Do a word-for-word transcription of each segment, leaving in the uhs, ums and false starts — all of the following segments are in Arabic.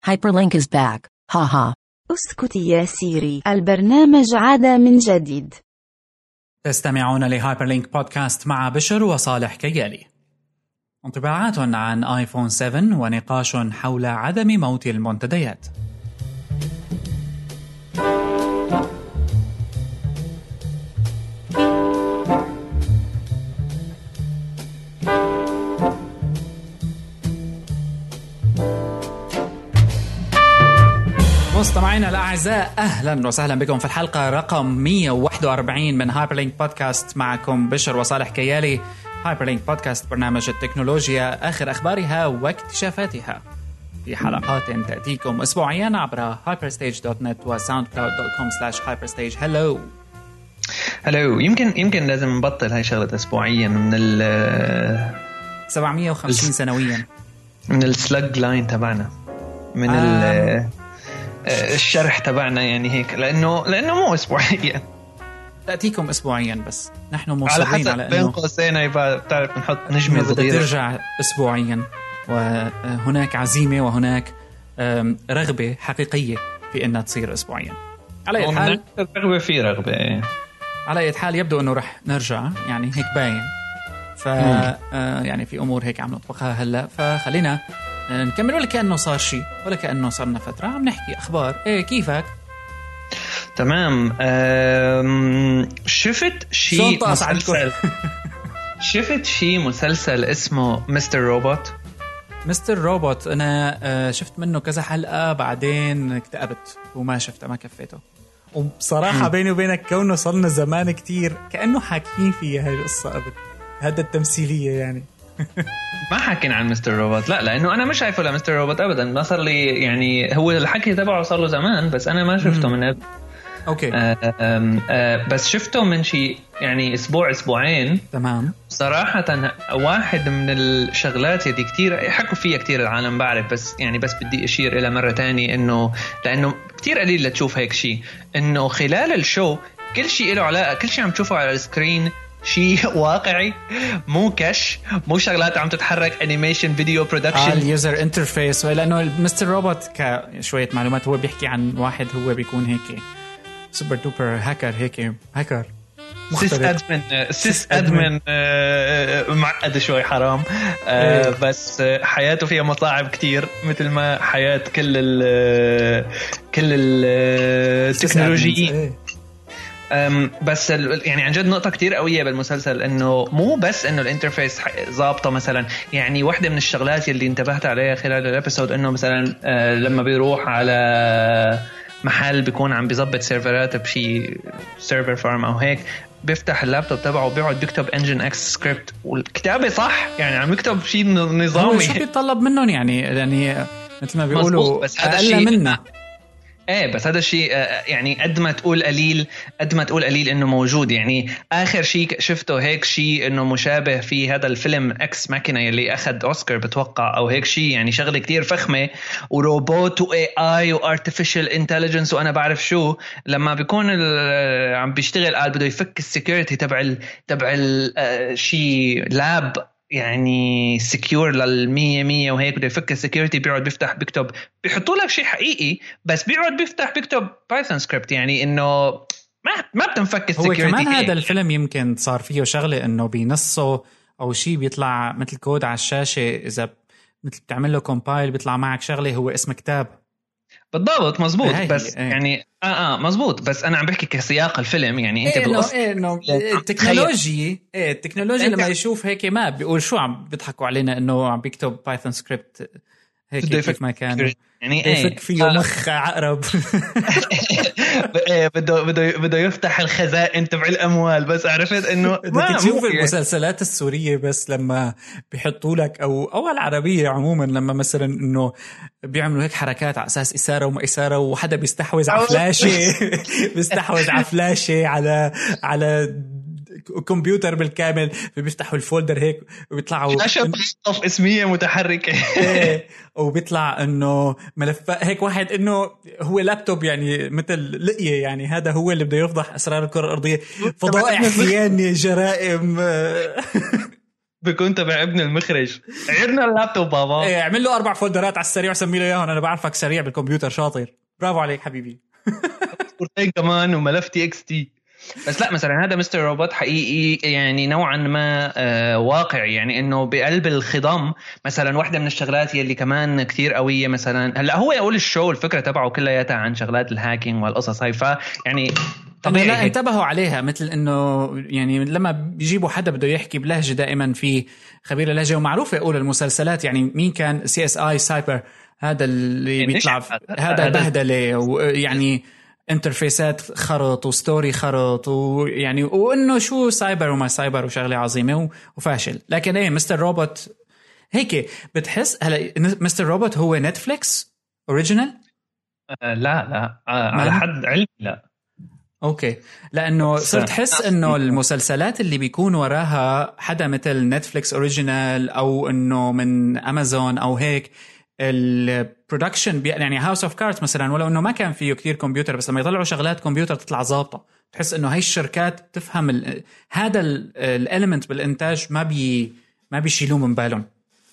Hyperlink is back. Haha. اسكتي يا سيري، البرنامج عاد من جديد. تستمعون لهايبرلينك بودكاست مع بشر وصالح كيالي. انطباعات عن آيفون سبعة ونقاش حول عدم موت المنتديات. مستمعينا الأعزاء، أهلا وسهلا بكم في الحلقة رقم مئة وواحد وأربعين من هايبرلينك بودكاست. معكم بشر وصالح كيالي. هايبرلينك بودكاست برنامج التكنولوجيا، آخر أخبارها واكتشافاتها في حلقات تأتيكم أسبوعيا عبر hyperstage دوت نت و soundcloud دوت com slash hyperstage. هلو هلو. يمكن يمكن لازم نبطل هاي شغلة أسبوعيا من ال سبعمية وخمسين سنويا من السلج لاين تبعنا، من ال الشرح تبعنا، يعني هيك، لأنه لأنه مو أسبوعيا، تأتيكم أسبوعيا، بس نحن مصرين على, على أنه بين قوسين يبقى بتعرف نحط نجمة صغيرة ترجع أسبوعيا، وهناك عزيمة وهناك رغبة حقيقية في أنها تصير أسبوعيا. على أي حال رغبة في رغبة إيه. على أي حال يبدو أنه رح نرجع، يعني هيك باين، ف يعني في أمور هيك عم نطبقها هلا، فخلينا نكمل ولا كأنه صار شيء، ولا كأنه صارنا فترة عم نحكي أخبار. إيه كيفك؟ تمام. أم... شفت شيء مسلسل شفت شيء مسلسل اسمه مستر روبوت. مستر روبوت أنا شفت منه كذا حلقة، بعدين اكتئبت وما شفته، ما كفيته. وبصراحة بيني وبينك كونه صلنا زمان كتير كأنه حاكين فيها هاي القصة قبل، هذا التمثيلية يعني. ما حكينا عن مستر روبوت، لا، لأنه أنا مش شايفه لمستر روبوت أبدا، ما صار لي، يعني هو الحكي تبعه صار له زمان بس أنا ما شفته من قبل. أوكي. آه آه آه بس شفته من شيء يعني أسبوع أسبوعين. تمام. صراحة واحد من الشغلات اللي كتير حكوا فيها كتير العالم، بعرف، بس يعني بس بدي أشير إلى مرة تانية إنه لأنه كتير قليل لتشوف هيك شيء، إنه خلال الشو كل شيء له علاقة، كل شيء عم تشوفه على السكرين شيء واقعي، مو كش، مو شغلات عم تتحرك انيميشن فيديو برودكشن. اليوزر انترفيس، لانه مستر روبوت كشويه معلومات، هو بيحكي عن واحد هو بيكون هيك سوبر دوبر هاكر، هيك هاكر سيس ادمن سيس ادمن معقد شوي، حرام. آه بس حياته فيها مصاعب كتير، مثل ما حياة كل ال كل التكنولوجيين. بس يعني عن جد نقطة كتير قوية بالمسلسل، إنه مو بس إنه الانترفيس ضابطة مثلا، يعني واحدة من الشغلات اللي انتبهت عليها خلال الابيسود إنه مثلا لما بيروح على محل بيكون عم بيضبط سيرفرات بشي سيرفر فارم أو هيك، بيفتح اللابتوب تبعه وبيقعد بيكتب انجن اكس سكريبت، والكتابة صح، يعني عم يكتب شيء نظامي. هو شو بيطلب منهم يعني يعني مثل ما بيقولوا أقل منا. ايه بس هذا الشيء يعني قد ما تقول قليل قد ما تقول قليل انه موجود. يعني اخر شيء شفته هيك شيء انه مشابه في هذا الفيلم اكس ماكينة اللي اخذ اوسكار بتوقع، او هيك شيء، يعني شغله كتير فخمه وروبوت واي اي وارتفيشال انتليجنس وانا بعرف شو، لما بيكون عم بيشتغل قال بده يفك السكيورتي تبع ال تبع الشيء لاب، يعني سكيور للمية مية وهيك، بده يفك السكيورتي، بيقعد بيفتح بيكتب، بيحطوا لك شيء حقيقي بس بيقعد بيفتح بيكتب بايثون سكريبت، يعني انه ما ما بتنفك السكيورتي. هو كمان هذا الفيلم يمكن صار فيه شغله انه بينصه او شيء بيطلع مثل كود على الشاشه، اذا مثل بتعمل له كومبايل بيطلع معك شغله هو اسم كتاب. بالضبط، مزبوط. ايه بس ايه. يعني اه اه مزبوط، بس انا عم بحكي كسياق الفيلم، يعني انت إيه بالقصة ايه انه التكنولوجيا ايه التكنولوجيا لما يشوف هيك ما بيقول شو عم بيضحكوا علينا انه عم بيكتب بايثون سكريبت هيك كيف ما كان، يعني ايه يفك فيه آه. مخ عقرب. بده بده بده يفتح الخزائن تبع الاموال، بس عرفت انه بدك تشوف المسلسلات السوريه بس لما بيحطوا لك او او العربيه عموما، لما مثلا انه بيعملوا هيك حركات على اساس اثاره وما اثاره، وحدا بيستحوذ على فلاشه بيستحوذ على فلاشه على على كمبيوتر بالكامل، فبيفتحوا الفولدر هيك وبيطلعوا فلاشة اسمية متحركة. ايه وبيطلع انه ملفات هيك، واحد انه هو لابتوب يعني مثل لقية، يعني هذا هو اللي بده يفضح اسرار الكرة الارضية، فضائح خيانة جرائم. بكون تبع ابن المخرج عيرنا اللابتوب بابا. ايه اعمل له اربع فولدرات على السريع وسمي له اياهم، انا بعرفك سريع بالكمبيوتر شاطر. برافو عليك حبيبي. صورتين كمان وملف تي اكس تي. بس لا مثلا هذا مستر روبوت حقيقي يعني نوعا ما آه واقعي، يعني انه بقلب الخضم مثلا واحدة من الشغلات يلي كمان كتير قوية مثلا. هلا هو يقول الشو الفكرة تبعه كلها عن شغلات الهاكينج والقصص هاي، ف يعني طبيعي لا انتبهوا عليها، مثل انه يعني لما بيجيبوا حدا بده يحكي بلهجة دائما في خبير اللهجة، ومعروف يقول المسلسلات يعني مين كان سي اس اي سايبر هذا اللي يعني بيطلع هذا بهدلة ويعني انترفيسات خرط وستوري خرط ويعني وانه شو سايبر وما سايبر وشغله عظيمه وفاشل. لكن ايه مستر روبوت هيك بتحس هلا مستر روبوت هو نتفليكس اوريجينال؟ آه لا لا آه على حد علمي لا. اوكي، لانه صرت حس انه المسلسلات اللي بيكون وراها حدا مثل نتفليكس اوريجينال او انه من امازون او هيك البرودكشن يعني هاوس اوف كاردز مثلا، ولو انه ما كان فيه كتير كمبيوتر بس لما يطلعوا شغلات كمبيوتر تطلع ظابطه، تحس انه هاي الشركات تفهم ال هذا الاليمنت بالانتاج ما بي ما بيشيلوه من بالهم.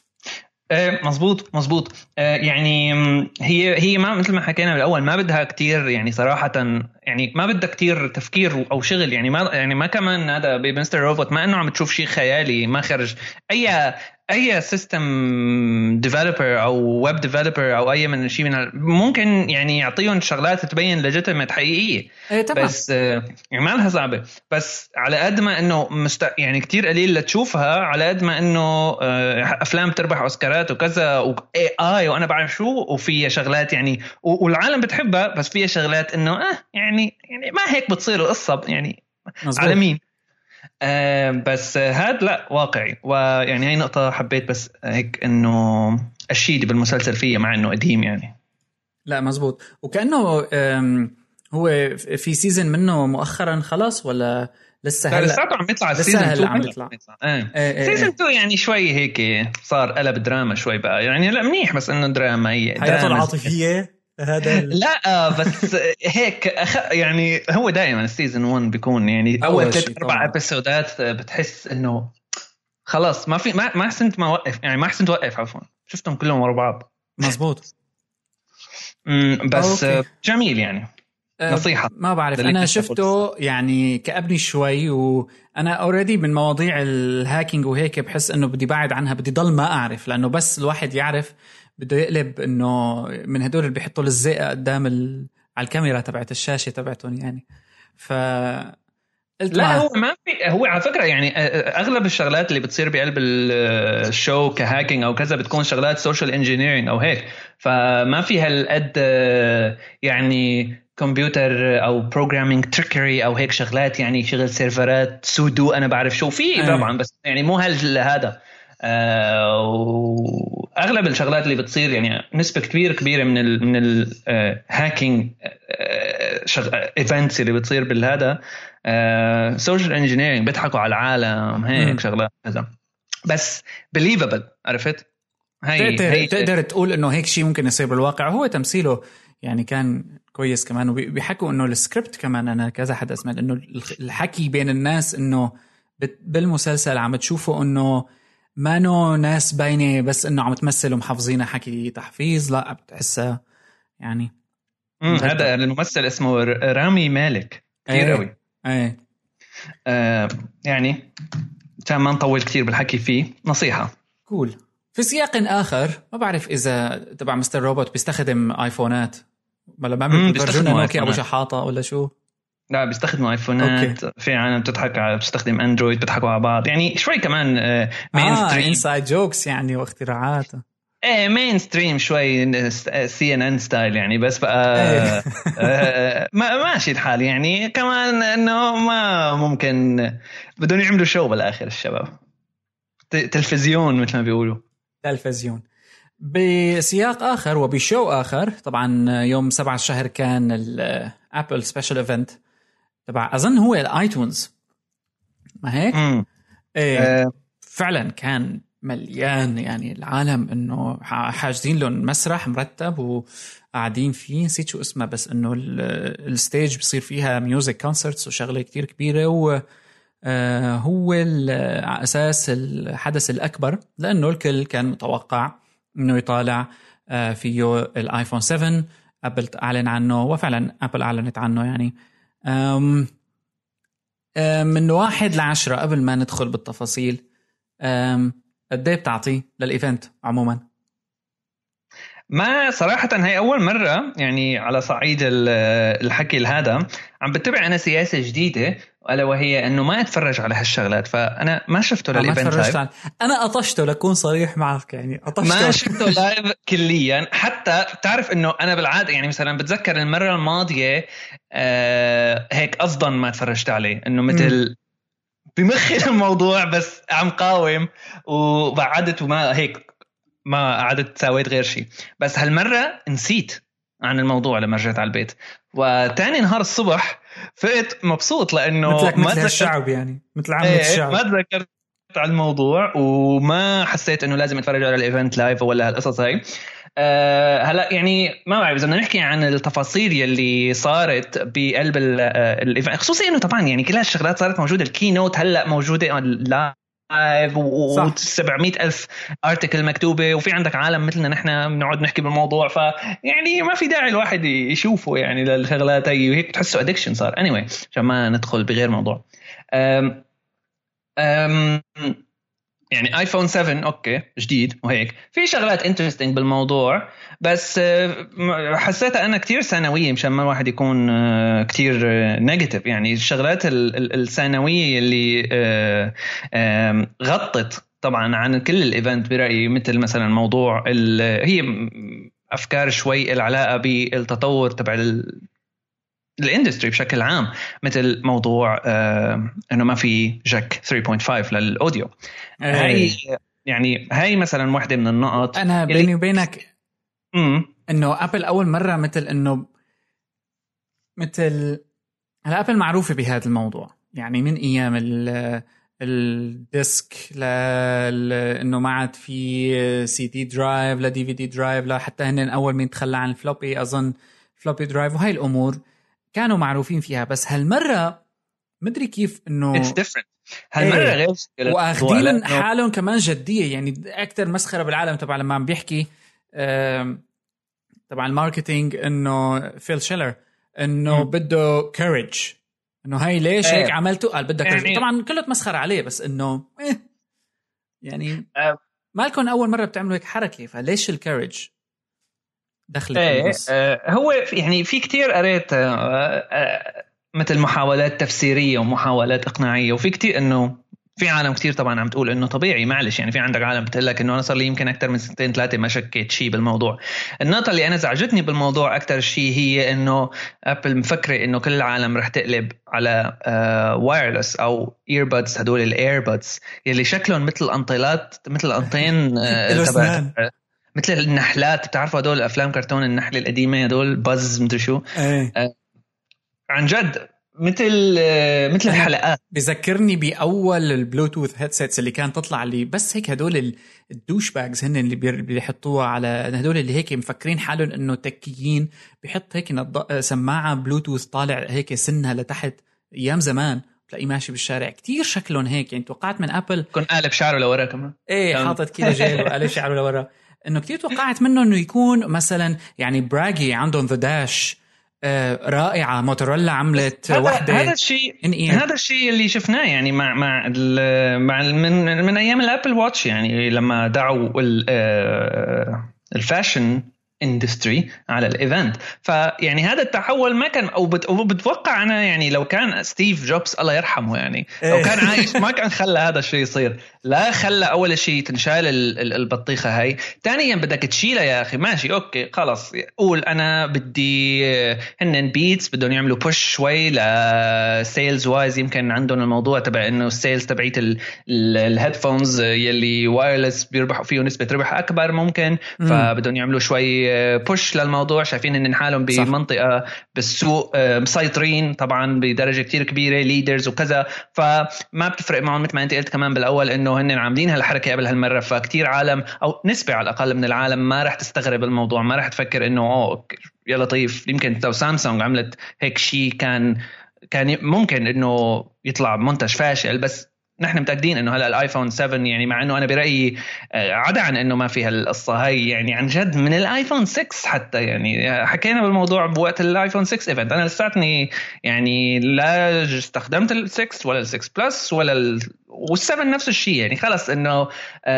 آه مزبوط مزبوط. آه يعني هي هي ما مثل ما حكينا بالاول ما بدها كتير يعني صراحه، يعني ما بدها كتير تفكير او شغل، يعني ما يعني ما كمان هذا بمستر روبوت ما انه عم تشوف شيء خيالي ما خرج اي اي سيستم ديفلوبر او ويب ديفلوبر او اي من شيء من ممكن يعني يعطيهم شغلات تبين ليجيتيميت حقيقيه. ايه طبعا. بس يعني ما لها صعبه، بس على قد ما انه مست... يعني كتير قليل لتشوفها، على قد ما انه افلام تربح اوسكارات وكذا واي اي وانا بعرف شو وفيها شغلات يعني والعالم بتحبها، بس فيها شغلات انه اه يعني يعني ما هيك بتصير القصه يعني مزبوط. على مين آه بس هاد لا واقعي، ويعني هاي نقطة حبيت بس هيك إنه الشيء بالمسلسل فيه مع إنه قديم يعني. لا مزبوط، وكأنه هو في سيزن منه مؤخرا خلاص ولا لسه هلا؟ لسه عم يطلع السيزن اثنين عم يطلع. آه. آه. سيزن اثنين يعني شوي هيك صار قلب دراما شوي بقى، يعني لا منيح بس إنه دراما هي حياته العاطفية هذا لا بس هيك أخ... يعني هو دائما السيزن واحد بيكون يعني اول ثلاث اربع ابيسودات بتحس انه خلاص ما في ما ما حسنت ما وقف يعني ما حسنت توقف عفوا شفتهم كلهم ورا بعض. مزبوط. بس أوكي. جميل يعني نصيحة ما بعرف أنا شفته يعني كأبني شوي، وأنا أوريدي من مواضيع الهاكينج وهيك بحس إنه بدي بعد عنها، بدي ضل ما أعرف، لأنه بس الواحد يعرف بده يقلب إنه من هدول اللي بيحطوا الزئة قدام ال... على الكاميرا تبعت الشاشة تبعتهم يعني. ف لا هو ما في، هو على فكرة يعني أغلب الشغلات اللي بتصير بقلب الشو كهاكينج أو كذا بتكون شغلات سوشيال انجينيرينج أو هيك، فما في هالقد يعني كمبيوتر أو بروجرامينج تريكري أو هيك شغلات يعني شغل سيرفرات سودو أنا بعرف شو في طبعا، بس يعني مو هالهذا. آه واغلب الشغلات اللي بتصير يعني نسبه كبيره كبيره من ال من الهاكينج ايفنتس اللي بتصير بالهذا سوشيال انجينيرينج بيضحكوا على العالم هيك شغلات كذا، بس بليفبل عرفت. هاي تقدر, هاي تقدر تقول انه هيك شيء ممكن يصير بالواقع. هو تمثيله يعني كان كويس كمان، وبيحكوا انه السكريبت كمان انا كذا حد اسمع انه الحكي بين الناس انه بالمسلسل عم تشوفوا انه ما نو ناس باينة بس إنه عم تمثل ومحافظينه حكي تحفيظ، لا بتحسها يعني. هذا الممثل اسمه رامي مالك كتير قوي. ايه آه يعني كان ما نطول كتير بالحكي فيه، نصيحة كول. في سياق آخر ما بعرف إذا تبع مستر روبوت بيستخدم آيفونات ولا ما بيستخدم نوكيا أبو شحاطة ولا شو؟ لا بيستخدموا ايفونات. أوكي. في عالم بتضحك على بتستخدم اندرويد بيضحكوا على بعض يعني شوي كمان مين ستريم انسايد جوكس يعني واختراعات ايه مين ستريم شوي سي ان ان ستايل يعني، بس بقى آه ما ماشي الحال يعني كمان انه ما ممكن بدهم يعملوا شو بالاخر الشباب تلفزيون مثل ما بيقولوا تلفزيون. بسياق آخر وبشو آخر طبعا يوم سبعة الشهر كان الابل سبيشال ايفنت تبع اظن هو الايتونز ما هيك ايه أه فعلا كان مليان يعني العالم انه حاجزين لهم مسرح مرتب وقاعدين فيه، نسيت شو اسمه بس انه الستيج بصير فيها ميوزك كونسرتس وشغله كتير كبيره، آه هو على أساس الحدث الأكبر، لأنه الكل كان متوقع أنه يطالع آه فيه الآيفون سفن. أبل أعلن عنه، وفعلا أبل أعلنت عنه. يعني آم آم من واحد لعشرة قبل ما ندخل بالتفاصيل، قد ايه بتعطي للإيفنت عموما؟ ما صراحة هي أول مرة يعني على صعيد الحكي هذا عم بتبع أنا سياسة جديدة، ألا وهي أنه ما أتفرج على هالشغلات. فأنا ما شفته للإيفنت لايف. أنا أطشته لكون صريح معك، يعني أطشته ما شفته لايف كليا. حتى تعرف أنه أنا بالعادة يعني مثلا بتذكر المرة الماضية آه هيك أصلا ما تفرجت عليه، أنه مثل بمخي الموضوع بس عم قاوم وبعدت وما هيك ما قعدت سويت غير شيء. بس هالمرة نسيت عن الموضوع لما رجعت على البيت، وتاني نهار الصبح فقت مبسوط لأنه مثلك مثل الشعب، يعني مثل عامة ايه الشعب. ما تذكرت على الموضوع وما حسيت انه لازم اتفرج على الايفنت لايف ولا هالقصص هاي. أه هلا يعني ما بعرف اذا بدنا نحكي عن التفاصيل يلي صارت بقلب الايفنت، خصوصي انه طبعا يعني كل هالشغلات صارت موجوده. الكي نوت هلا موجوده لايف و700 ألف ارتكل مكتوبة، وفي عندك عالم مثلنا نحن بنقعد نحكي بالموضوع، فيعني ما في داعي الواحد يشوفه يعني للشغلات هي، وهيك تحسه ادكشن صار. anyway عشان ما ندخل بغير موضوع. أم أم يعني ايفون سفن اوكي جديد وهيك في شغلات انترستينج بالموضوع، بس حسيتها انا كتير ثانويه مشان ما الواحد يكون كتير نيجاتيف. يعني الشغلات الثانويه اللي غطت طبعا عن كل الايفنت برايي، مثل مثلا موضوع هي افكار شوي العلاقه بالتطور تبع الاندستري بشكل عام، مثل موضوع آه انه ما في جاك ثلاثة فاصلة خمسة للاوديو. أيه. هاي يعني هاي مثلا واحدة من النقط. انا بيني وبينك امم انه ابل اول مرة مثل انه مثل هلا ابل معروفة بهذا الموضوع، يعني من ايام ال الديسك ل انه ما عاد في سي دي درايف لا دي في دي درايف، لا حتى هن اول من تخلى عن الفلوبي اظن فلوبي درايف، وهاي الامور كانوا معروفين فيها. بس هالمرة مدري كيف انه It's different. هالمرة ايه غير واخدين حالهم كمان جدية. يعني اكتر مسخرة بالعالم طبعا لما عم بيحكي طبعا الماركتينج انه فيل شيلر انه م. بده كوريج، انه هاي ليش ايه. هيك عملته؟ قال بدك يعني طبعا كله مسخرة عليه، بس انه إيه يعني أه. مالكم اول مرة بتعملوا هيك حركة، فليش الكوريج دخلت ايه آه هو يعني في كتير قريت آه آه مثل محاولات تفسيرية ومحاولات إقناعية، وفي كتير إنه في عالم كتير طبعا عم تقول إنه طبيعي معلش. يعني في عندك عالم بتقول لك إنه أنا صار لي يمكن أكتر من سنتين ثلاثة ما شكيت شيء بالموضوع. النقطة اللي أنا زعجتني بالموضوع أكتر شيء هي إنه أبل مفكرة إنه كل العالم رح تقلب على آه وايرلس أو إيربادز، هدول الإيربادز يلي شكلهم مثل أنطيلات مثل أنطين آه تبع مثل النحلات، بتعرفوا هدول افلام كرتون النحل القديمه هدول باز مدري شو. ايه. آه عن جد مثل آه مثل الحلقات. بذكرني باول البلوتوث هيدسيتس اللي كانت تطلع لي بس هيك، هدول الدوش باجز هن اللي بيحطوها على هدول اللي هيك مفكرين حالهم انه تكيين، بيحط هيك سماعه بلوتوث طالع هيك سنها لتحت ايام زمان، تلاقيه ماشي بالشارع كتير شكلهم هيك. يعني توقعت من ابل كن قالب شعره لورا كمان، ايه حاطط كيلو جيل وقالب شعره لورا، انه كتير توقعت منه انه يكون مثلا يعني براغي عندهم ذا داش آه رائعه، موتورولا عملت وحده. هذا الشيء هذا الشيء اللي شفناه يعني مع مع مع من من ايام الابل واتش، يعني لما دعوا الفاشن اندستري على الايفنت. فيعني هذا التحول ما كان او بتوقع انا يعني لو كان ستيف جوبز الله يرحمه يعني لو كان عايش ما كان خلى هذا الشيء يصير. لا خلى اول شيء تنشال البطيخه هاي، ثانيا بدك تشيلها يا اخي ماشي اوكي خلص قول انا بدي هن بيتس بدهم يعملوا بوش شوي لسيلز وايز، يمكن عندهم الموضوع تبع انه السيلز تبعيت الهيدفونز يلي وايرلس بيربحوا فيه نسبه ربح اكبر ممكن، فبدهم يعملوا شوي بوش للموضوع. شايفين ان حالهم بمنطقه بالسوق مسيطرين طبعا بدرجه كتير كبيره ليدرز وكذا، فما بتفرق معهم مثل ما انت قلت كمان بالاول انه هن عاملين هالحركه قبل هالمره. فكتير عالم او نسبه على الاقل من العالم ما راح تستغرب الموضوع، ما راح تفكر انه اوه يا لطيف. يمكن لو سامسونج عملت هيك شيء كان كان ممكن انه يطلع منتج فاشل، بس نحن متأكدين انه هلا الايفون سبعة يعني مع انه انا برأيي عدا عن انه ما فيها القصة هاي يعني عن جد من الايفون ستة حتى يعني حكينا بالموضوع بوقت الايفون ستة ايفنت. انا لساتني يعني لا استخدمت الستة ولا الستة بلس ولا ال... والسبعة نفس الشيء يعني خلص انه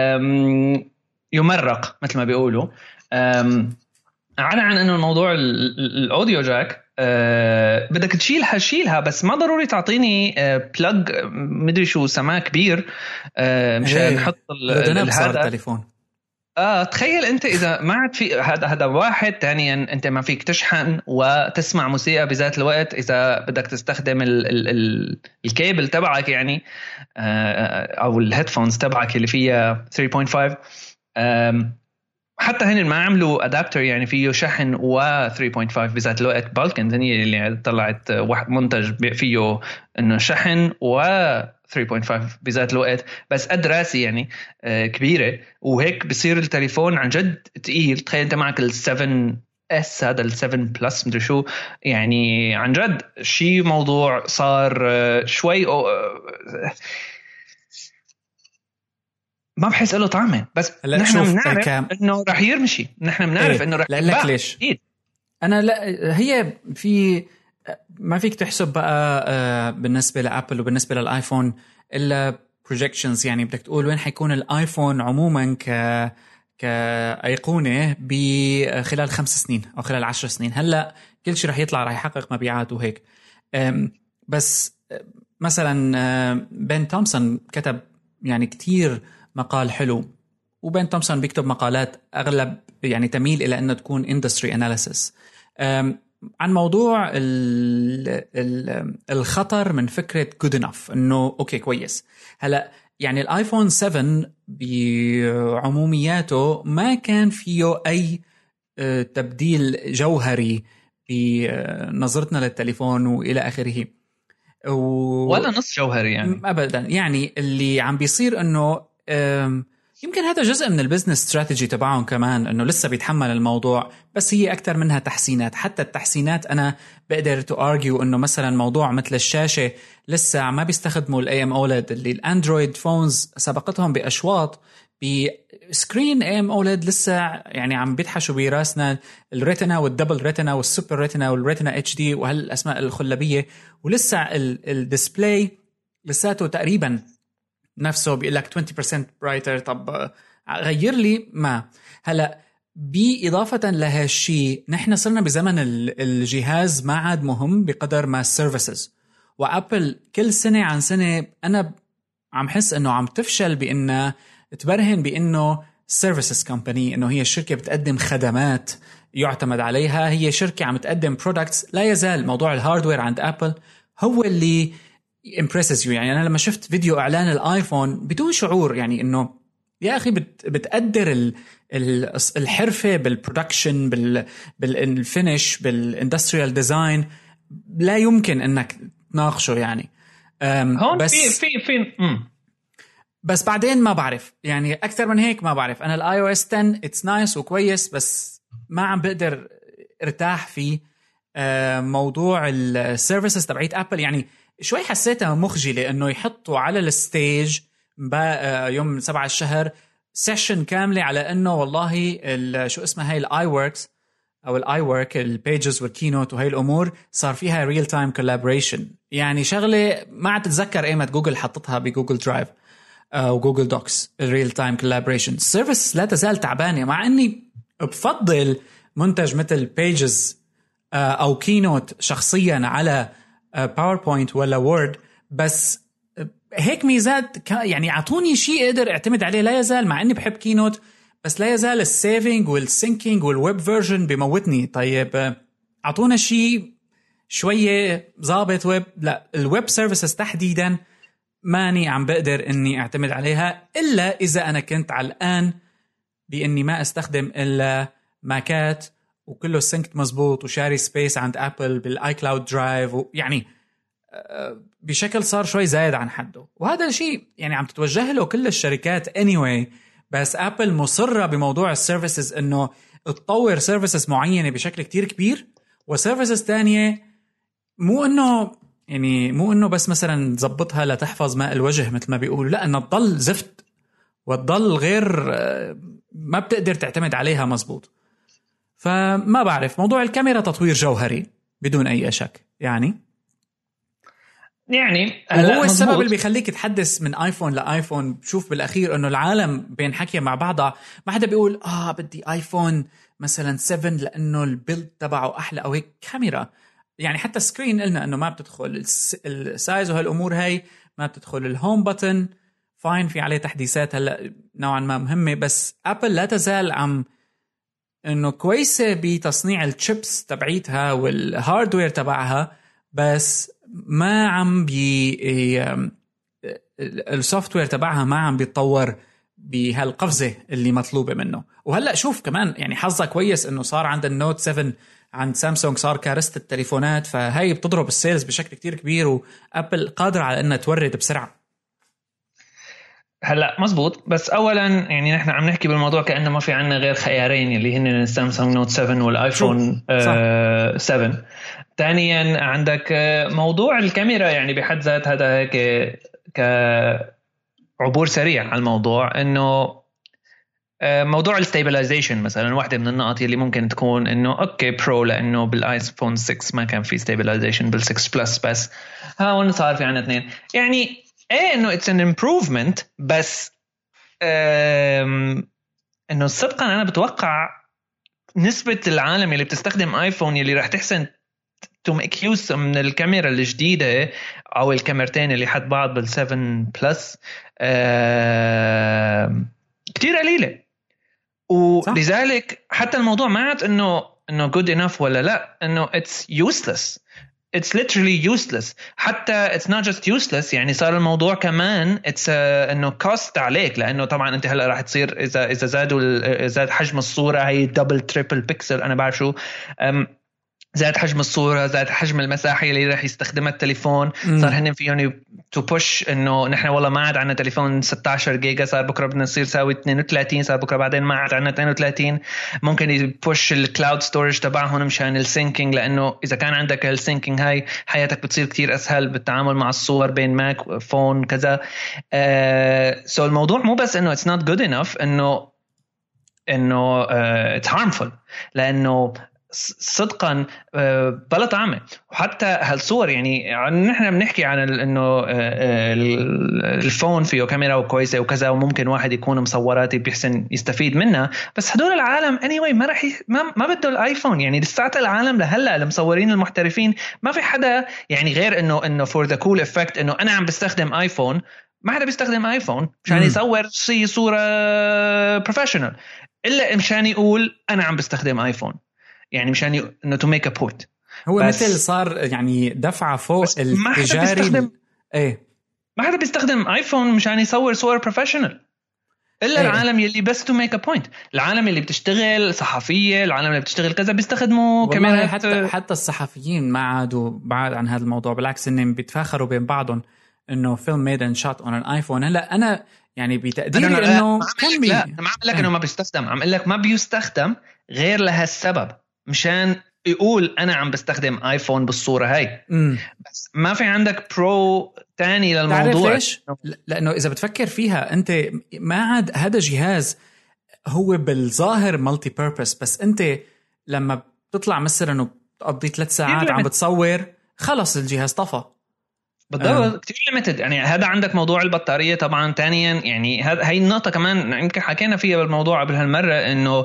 يمرق مثل ما بيقولوا. عدا عن انه الموضوع الاوديو جاك أه بدك تشيلها شيلها بس ما ضروري تعطيني أه بلج مدري شو سماء كبير أه مشان نحط هذا التليفون. اه تخيل انت اذا ما عاد في هذا هذا واحد. ثانيا انت ما فيك تشحن وتسمع موسيقى بذات الوقت اذا بدك تستخدم ال ال ال الكيبل تبعك يعني أه او الهيدفونز تبعك اللي فيها ثلاثة فاصلة خمسة. أه حتى هن ما عملوا ادابتر يعني فيه شحن و ثلاثة فاصلة خمسة بذات الوقت. بالكن هي اللي طلعت واحد منتج فيه انه شحن و ثلاثة فاصلة خمسة بذات الوقت بس قد راسي يعني كبيره وهيك بصير التليفون عن جد ثقيل. تخيل انت معك السبعة اس هذا السبعة بلس مدري شو يعني عن جد شيء موضوع صار شوي ما بحس له طعمه. بس نحن بنعرف الكام... انه رح يرمشي. نحن بنعرف ايه؟ انه رح يباع. ليش إيه؟ انا لا هي في ما فيك تحسب بقى بالنسبه لابل وبالنسبه للايفون الا projections يعني بدك تقول وين حيكون الايفون عموما ك كايقونه بخلال خمس سنين او خلال عشر سنين. هلا كل شيء رح يطلع رح يحقق مبيعات وهيك. بس مثلا بن تومسون كتب يعني كتير مقال حلو، وبن تومسون بيكتب مقالات أغلب يعني تميل إلى أنه تكون industry analysis عن موضوع ال ال الخطر من فكرة good enough إنه أوكي كويس. هلأ يعني الآيفون سبعة بعمومياته ما كان فيه أي تبديل جوهري بنظرتنا للتليفون وإلى آخره و... ولا نص جوهري يعني أبدا. يعني اللي عم بيصير أنه يمكن هذا جزء من البزنس استراتيجي تبعهم كمان انه لسه بيتحمل الموضوع، بس هي اكثر منها تحسينات. حتى التحسينات انا بقدر تو ارجيو انه مثلا موضوع مثل الشاشه لسه ما بيستخدموا الاي ام اوليد اللي الاندرويد فونز سبقتهم باشواط بسكرين اي ام اوليد لسه يعني عم بيتحشوا براسنا الريتنا والدبل ريتنا والسوبر ريتنا والريتنا اتش دي وهالاسماء الخلبيه، ولسه الديسبلاي لساته تقريبا نفسه بيقول لك عشرين بالمية برايتر. طب غير لي ما هلا بإضافة لهالشي نحن صرنا بزمن الجهاز ما عاد مهم بقدر ما السيرفيسز. وأبل كل سنة عن سنة أنا عم حس إنه عم تفشل بإنه تبرهن بإنه سيرفيسز كومباني، إنه هي الشركة بتقدم خدمات يعتمد عليها، هي شركة عم تقدم برودكتس. لا يزال موضوع الهاردوير عند أبل هو اللي impresses you. يعني أنا لما شفت فيديو إعلان الآيفون بدون شعور يعني إنه يا أخي بت بتقدر ال ال الحرفة بالبرودكشن بال بالفينش بالاندستريال ديزاين لا يمكن إنك تناقشه يعني. هون بس في في في مم. بس بعدين ما بعرف يعني أكثر من هيك ما بعرف. أنا الآي أو إس عشرة it's nice وكويس بس ما عم بقدر ارتاح في موضوع السيرفيسز تبعيت أبل. يعني شوي حسيتها مخجلة إنه يحطوا على الستيج يوم سبعة الشهر سيشن كاملة على إنه والله شو اسمها هاي الآي وركس أو الآي ورك البيجز والكينوت وهي الأمور صار فيها ريل تايم كولابوريشن. يعني شغلة ما عاد تتذكر إيمت جوجل حطتها بجوجل درايف أو جوجل دوكس الريل تايم كولابوريشن. السيرفيس لا تزال تعبانة مع إني بفضل منتج مثل بيجز أو كينوت شخصيا على باوربوينت ولا وورد، بس هيك ميزات يعني عطوني شيء اقدر اعتمد عليه. لا يزال مع اني بحب كينوت بس لا يزال السيفينج والسينكينج والويب فيرجن بموتني. طيب عطونا شيء شوية ضابط ويب. لا الويب سيرفيسز تحديدا ماني عم بقدر اني اعتمد عليها الا اذا انا كنت على الان باني ما استخدم الا ماكات وكله سينكت مزبوط وشاري سبيس عند أبل بالآي كلاود درايف. يعني بشكل صار شوي زايد عن حده، وهذا الشيء يعني عم تتوجه له كل الشركات anyway. بس أبل مصرة بموضوع السيرفيسز إنه تطور سيرفيسز معينة بشكل كتير كبير وسيرفيسز تانية مو إنه يعني مو انه بس مثلا تزبطها لتحفظ ماء الوجه مثل ما بيقولوا، لا، انها تضل زفت وتضل غير، ما بتقدر تعتمد عليها مزبوط. فما بعرف، موضوع الكاميرا تطوير جوهري بدون اي شك يعني يعني هو السبب اللي بيخليك تحدث من ايفون لايفون. بشوف بالاخير انه العالم بين حكي مع بعضها، ما حدا بيقول اه بدي ايفون مثلا سبعة لانه البيلد تبعه احلى او هيك. كاميرا يعني حتى سكرين قلنا انه ما بتدخل السايز وهالامور هاي، ما بتدخل الهوم بutton فاين، في عليه تحديثات هلا نوعا ما مهمه، بس ابل لا تزال عم انه كويسه بتصنيع الشيبس تبعيتها والهاردوير تبعها، بس ما عم بي السوفت وير تبعها ما عم بيتطور بهالقفزه اللي مطلوبه منه. وهلا شوف كمان يعني حظها كويس انه صار عند النوت سبعة عند سامسونج صار كارثه التليفونات، فهي بتضرب السيلز بشكل كتير كبير، وابل قادره على انها تورد بسرعه. هلا مزبوط، بس اولا يعني نحن عم نحكي بالموضوع كأنه ما في عنا غير خيارين اللي هن السامسونج نوت سبعة والايفون آه سبعة. ثانيا عندك موضوع الكاميرا، يعني بحد ذات هذا هيك كعبور سريع على الموضوع، انه موضوع الستابلايزيشن مثلا واحدة من النقط اللي ممكن تكون انه اوكي برو، لانه بالايفون ستة ما كان في ستابلايزيشن، بالستة بلس بس هون صار في عنا اثنين. يعني ايه انه it's an improvement، بس انه صدقا انا بتوقع نسبة العالم اللي بتستخدم ايفون اللي راح تحسن to make use من الكاميرا الجديدة او الكاميرتين اللي حد بعض بالسفن بلس كتير قليلة. ولذلك حتى الموضوع ما عاد انه انه good enough ولا لا، انه it's useless. It's literally useless. حتى it's not just useless، يعني صار الموضوع كمان it's uh, انه cost عليك، لانه طبعا انت هلا راح تصير اذا اذا زادوا زاد حجم الصورة، هي دبل تريبل بيكسل انا بعرف شو، um, زاد حجم الصورة، زاد حجم المساحة اللي راح يستخدمها التليفون. مم. صار هن فيهم تو بوش انه نحن والله ما عاد عنا تليفون ستة عشر جيجا، صار بكره بدنا نصير ساوي اثنين وثلاثين، صار بكره بعدين ما عاد عنا اثنين وثلاثين. ممكن يبوش الكلاود ستورج تبعهم مشان السينكينج، لانه اذا كان عندك السينكينج هاي حياتك بتصير كتير اسهل بالتعامل مع الصور بين ماك فون كذا. آه سو الموضوع مو بس انه it's not good enough، انه انه uh, it's harmful، لانه صدقا بلا طعمه. وحتى هالصور يعني نحن بنحكي عن انه الفون فيه كاميرا وكويسه وكذا، وممكن واحد يكون مصوراتي بيحسن يستفيد منها، بس هدول العالم anyway ما راح ي... ما, ما بده الايفون. يعني لساعة العالم لهلا المصورين المحترفين ما في حدا يعني غير انه انه for the cool effect، انه انا عم بستخدم ايفون. ما حدا بيستخدم ايفون مشان يصور شيء صوره بروفيشنال، الا مشان يقول انا عم بستخدم ايفون، يعني مشان ي... انه to make a point. هو مثل صار يعني دفعة فوق التجاري. ايه ما حدا بيستخدم ايفون مشان يصور صور بروفيشنال، الا ايه. العالم يلي بس to make a point، العالم اللي بتشتغل صحفية، العالم اللي بتشتغل كذا بيستخدموا كاميرا. حتى حتى الصحفيين ما عادوا بعد عن هذا الموضوع، بالعكس انهم بيتفاخروا بين بعضهم انه فيلم ميد ان شوت اون ان ايفون. هلا انا يعني بتقديري انه كان بي لا ما عم لك انه ما بيستخدم، عم اقول لك ما بيستخدم غير لهالسبب، مشان يقول أنا عم بستخدم آيفون بالصورة هاي. مم. بس ما في عندك برو تاني للموضوع. ليش؟ لأنه إذا بتفكر فيها أنت ما عاد هذا جهاز هو بالظاهر مالتي بيربس، بس أنت لما بتطلع مثلا وتقضي ثلاث ساعات عم بتصور خلص الجهاز طفى بالضبط. كتير ليميتد. يعني هذا عندك موضوع البطارية طبعا. ثانيا يعني هذا هي النقطة كمان يمكن حكينا فيها بالموضوع قبل هالمرة، إنه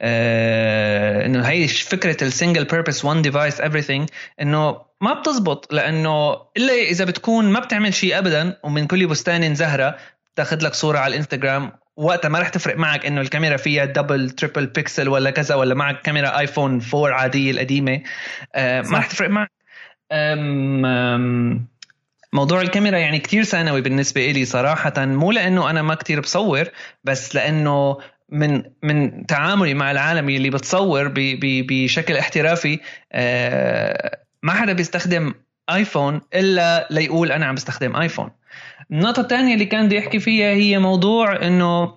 آه إنه هي فكرة السنجل بيربس وان ديفايس everything، إنه ما بتزبط، لأنه إلا إذا بتكون ما بتعمل شيء أبدا ومن كل بستان زهرة تاخد لك صورة على الانستغرام، وقتها ما رح تفرق معك إنه الكاميرا فيها دبل تريبل بيكسل ولا كذا، ولا معك كاميرا آيفون فور عادية القديمة، آه ما رح تفرق معك. أم أم موضوع الكاميرا يعني كتير ثانوي بالنسبة إلي صراحة، مو لأنه أنا ما كتير بصور، بس لأنه من من تعاملي مع العالم اللي بتصور ب ب بشكل احترافي، آه ما حدا بيستخدم آيفون إلا ليقول أنا عم بستخدم آيفون. النقطة الثانية اللي كان بدي أحكي فيها هي موضوع إنه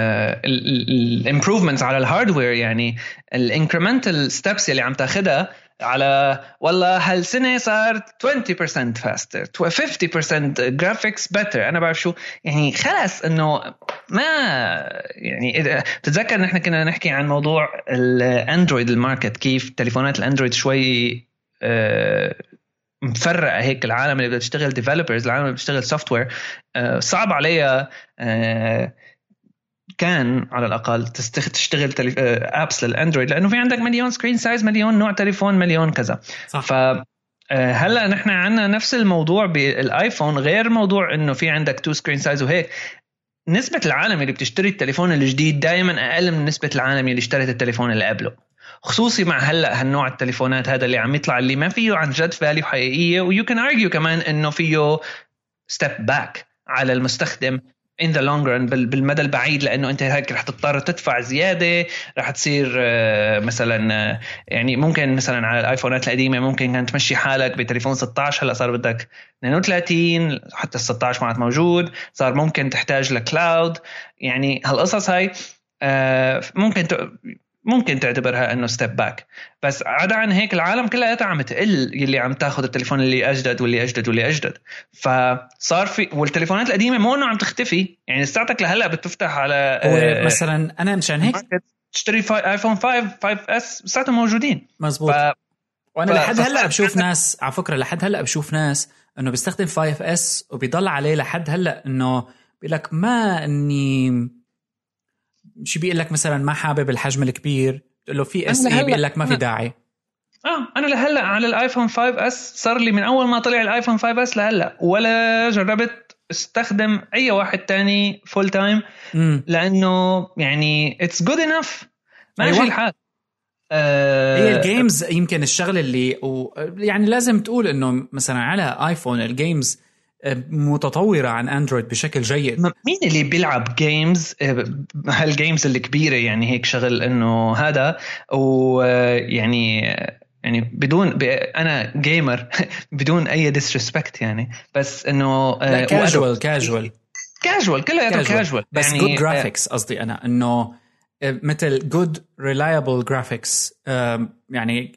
الامبروفمنتس على الهاردوير، يعني الانكريمنتال ستيبس اللي عم تاخدها على والله هالسنة صار عشرين بالمية faster خمسين بالمية graphics better. أنا بعرف شو يعني خلاص إنه ما يعني إذا تتذكر نحن كنا نحكي عن موضوع الأندرويد الماركت كيف تليفونات الأندرويد شوي أه مفرقة هيك العالم اللي بدها تشتغل developers العالم اللي بتشتغل software أه صعب عليها أه كان على الأقل تشتغل تليف... أبس للأندرويد لأنه في عندك مليون سكرين سايز مليون نوع تليفون مليون كذا. صح. ف هلا نحن عنا نفس الموضوع بالآيفون غير موضوع إنه في عندك تو سكرين سايز وهيك نسبة العالم اللي بتشتري التليفون الجديد دائما أقل من نسبة العالم اللي اشترت التليفون اللي قبله خصوصي مع هلا هالنوع التليفونات هذا اللي عم يطلع اللي ما فيه عن جد فاليو حقيقية ويو كان أرجيو كمان إنه فيه ستيب باك على المستخدم in the long run بالمدى البعيد لأنه أنت هيك رح تضطر تدفع زيادة رح تصير مثلا يعني ممكن مثلا على الآيفونات القديمة ممكن كانت تمشي حالك بتليفون ستة عشر هلا صار بدك اثنين وثلاثين حتى ستة عشر ما عاد موجود صار ممكن تحتاج لكلاود يعني هالقصص هاي ممكن ممكن تعتبرها انه ستيب باك بس عدا عن هيك العالم كلها عم تقل يلي عم تاخذ التليفون اللي اجدد واللي اجدد واللي اجدد فصار في والتليفونات القديمه مو انه عم تختفي يعني ساعتك لهلا بتفتح على آه مثلا انا مشان هيك تشتري ايفون خمسة خمسة اس ساعتهم موجودين مزبوط ف... وانا ف... لحد هلا بشوف ناس على فكره لحد هلا بشوف ناس انه بيستخدم خمسة اس وبيضل عليه لحد هلا انه بيقول لك ما اني شو بيقول لك مثلا ما حابب الحجم الكبير تقول له في اس اي بيقول لك ما في داعي. اه انا لهلا على الايفون خمسة اس صار لي من اول ما طلع الايفون خمسة اس لهلا ولا جربت استخدم اي واحد تاني فول تايم لانه يعني اتس جود انف ماشي أيوة. الحال آه هي الجيمز يمكن الشغله اللي و يعني لازم تقول انه مثلا على ايفون الجيمز متطورة عن أندرويد بشكل جيد. مين اللي بيلعب جيمز هالجيمز اللي كبيرة يعني هيك شغل إنه هذا ويعني يعني بدون أنا جيمر بدون أي disrespect يعني بس إنه كاجوال كاجوال كاجوال كله كاجوال بس يعني good graphics قصدي أنا إنه مثل good reliable graphics يعني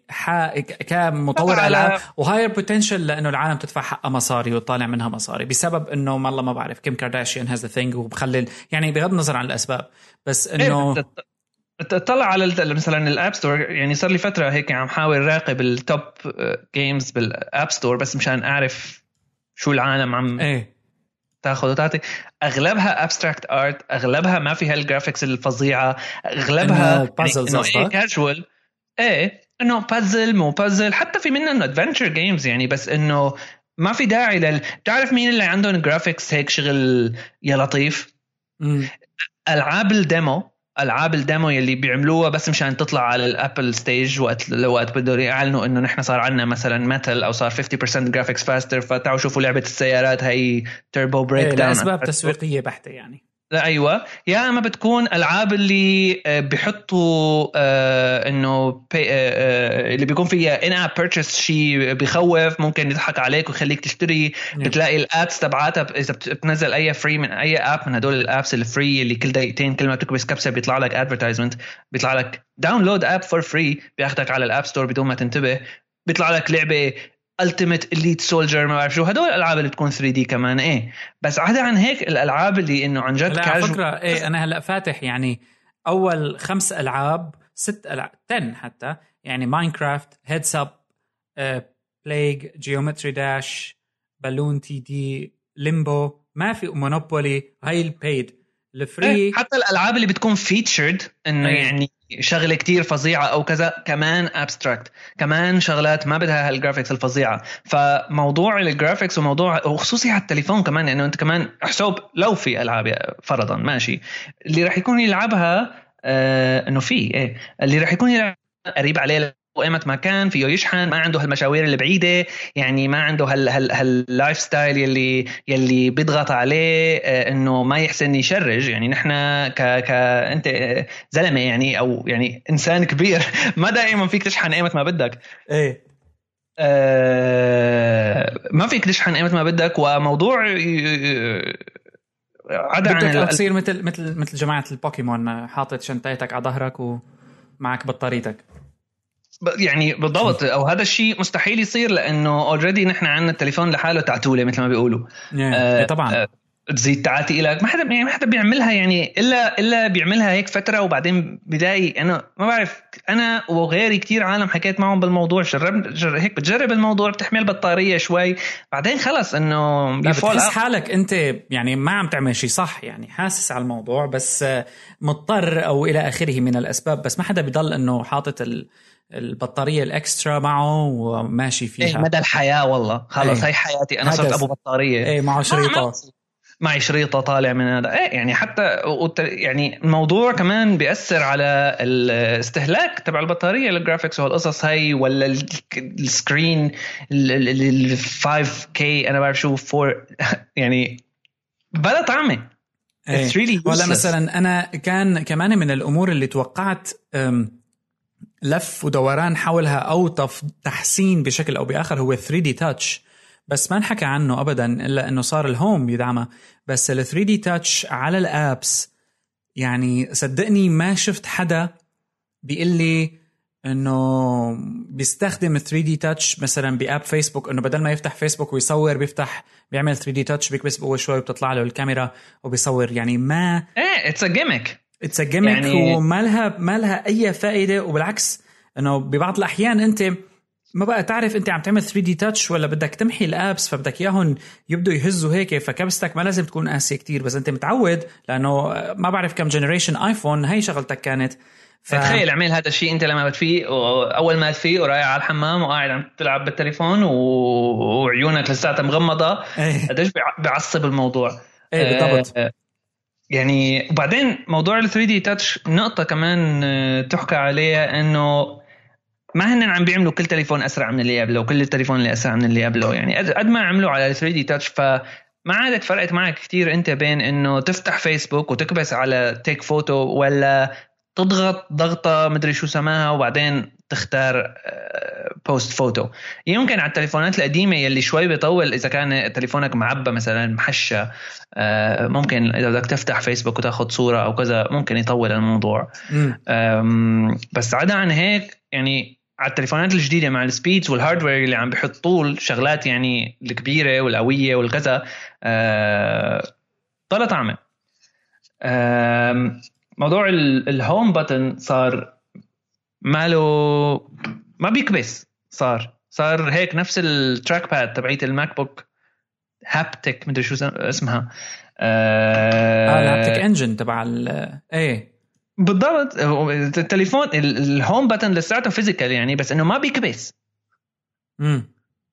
كمطور ألعاب وهاير بوتنشل لأنه العالم تدفع حقها مصاري وطالع منها مصاري بسبب إنه ما الله ما بعرف كيم كارداشيان هذا ثينج وبخلي يعني بغض النظر عن الأسباب بس إنه تطلع على مثلا الاب ستور يعني صار لي فترة هيك عم حاول راقب التوب جيمز بالاب ستور بس مشان أعرف شو العالم عم ايه تاخذ وتعطي اغلبها ابستراكت ارت اغلبها ما فيها الجرافيكس الفظيعه اغلبها بازلز يعني كاجوال ايه انه بازل مو بازل حتى في منها انه ادفنتشر جيمز يعني بس انه ما في داعي لل تعرف مين اللي عندهم جرافيكس هيك شغل يا لطيف م. العاب الديمو العاب الديمو يلي بيعملوها بس مشان تطلع على الابل ستيج وقت وقت بدهم يعلنوا انه نحن صار عندنا مثلا ميتال او صار خمسين بالمية جرافيكس فاستر فتعالوا شوفوا لعبه السيارات هي تيربو بريك داون لاسباب تسويقيه بحته يعني لا ايوه يا اما بتكون العاب اللي بيحطوا آه انه آه اللي بيكون فيها ان اب بيرتشيز شيء بخوف ممكن يضحك عليك ويخليك تشتري نعم. بتلاقي الابس تبعاتها اذا بتنزل اي فري من اي اب من هدول الابس الفري اللي كل دقيقتين كل ما تكبس كبسه بيطلع لك ادفرتايزمنت بيطلع لك داونلود اب فور فري بياخدك على الاب ستور بدون ما تنتبه بيطلع لك لعبه Ultimate Elite Soldier ما بعرف شو هدول الألعاب اللي تكون ثري دي كمان إيه بس عدا عن هيك الألعاب اللي إنه عن جد كاجوال فكرة إيه أنا هلأ فاتح يعني أول خمس ألعاب ست ألعاب تن حتى يعني ماينكرافت هيدز أب بلايج جيومتري داش بالون تي دي ليمبو ما في مونوبولي هاي البيد الفري إيه حتى الألعاب اللي بتكون فيتشرد إنه إيه. يعني شغلة كتير فظيعة أو كذا كمان abstract كمان شغلات ما بدها هالجرافيكس الفظيعة فموضوع الجرافيكس وموضوع وخصوصي على التليفون كمان يعني أنت كمان حساب لو في ألعاب فرضا ماشي اللي رح يكون يلعبها آه إنه في إيه اللي رح يكون يلعب قريب عليه وقيمة ما كان فيه يشحن ما عنده هالمشاوير اللي بعيدة يعني ما عنده هال هال هاللايف ستايل يلي يلي بيضغط عليه آه إنه ما يحسن يشرج يعني نحنا ك ك أنت زلمة يعني أو يعني إنسان كبير ما دائما فيك تشحن قيمة ما بدك إيه آه ما فيك تشحن قيمة ما بدك وموضوع عدا عن تصير مثل مثل مثل جماعة البوكيمون حاطط شنطتك على ظهرك ومعك بطاريتك يعني بالضبط. او هذا الشيء مستحيل يصير لانه اوريدي نحن عندنا التليفون لحاله تعتوله مثل ما بيقولوا. آه طبعا آه تزيد تعاتي لك، ما حدا يعني ما حدا بيعملها يعني الا الا بيعملها هيك فتره وبعدين بداي. انا ما بعرف، انا وغيري كتير عالم حكيت معهم بالموضوع، جربت جر هيك بتجرب الموضوع، بتحمل بطاريه شوي بعدين خلص انه بتحس حالك انت يعني ما عم تعمل شيء صح، يعني حاسس على الموضوع بس مضطر او الى اخره من الاسباب، بس ما حدا بيضل انه حاطط ال البطارية الأكسترا معه وماشي فيها. إيه مدى الحياة والله خلص ايه. هاي حياتي أنا صرت أبو بطارية. إيه معه شريطة معي شريطة طالع من هذا. إيه يعني حتى يعني الموضوع كمان بيأثر على الاستهلاك تبع البطارية، الجرافيكس والقصص هاي، ولا السكرين ال فايف كي أنا بعرف شو فور يعني بلا طعمة. إيه. really ولا مثلا أنا كان كمان من الأمور اللي توقعت لف ودوران حولها أو تحسين بشكل أو بآخر هو ثري دي touch، بس ما نحكى عنه أبدا إلا أنه صار الهوم يدعمه، بس ال ثري دي touch على الأبس يعني صدقني ما شفت حدا بيقول لي إنه بيستخدم ثري دي touch مثلا بأب فيسبوك، إنه بدل ما يفتح فيسبوك ويصور بيفتح بيعمل ثري دي touch بيكبس بقوة شوي وبتطلع له الكاميرا وبيصور. يعني ما إيه it's a gimmick it's a gimmick يعني... وما لها ما لها أي فائدة، وبالعكس إنه ببعض الأحيان أنت ما بقى تعرف أنت عم تعمل ثري دي touch ولا بدك تمحي الأبس، فبدك إياهن يبدوا يهزوا هيك، فكبستك ما لازم تكون قاسية كتير، بس أنت متعود لأنه ما بعرف كم جنريشن آيفون هاي شغلتك كانت. ف... تخيل اعمل هذا الشيء أنت لما بتفيق أول ما تفيق ورايح على الحمام وقاعد عم تلعب بالتليفون و... وعيونك لساتها مغمضة. قديش بيعصب الموضوع. إيه بالضبط. آه... يعني وبعدين موضوع ال ثري دي touch نقطة كمان تحكى عليها إنه ما هن عم بيعملوا كل تليفون أسرع من اللي قبله وكل التليفون اللي أسرع من اللي قبله، يعني قد ما عملوا على ال ثري دي touch فما عادت فرقت معك كتير أنت بين إنه تفتح فيسبوك وتكبس على تيك فوتو ولا تضغط ضغطة مدري شو سماها وبعدين تختار بوست فوتو. يمكن على التليفونات القديمة يلي شوي بيطول إذا كان تليفونك معبى مثلا محشة، ممكن إذا بدك تفتح فيسبوك وتاخد صورة أو كذا ممكن يطول الموضوع. بس عدا عن هيك يعني على التليفونات الجديدة مع السبيدز والهاردوير اللي عم بيحطوا شغلات يعني الكبيرة والقوية والكذا طلع طعمة. موضوع الهوم بutton صار ماله ما بيكبس، صار صار هيك نفس التراك باد تبعيت الماك بوك هابتك مدري شو اسمها اه الهابتك انجن تبع ايه بالضبط. التليفون الهوم بutton لساته فيزيكال يعني بس انه ما بيكبس. امم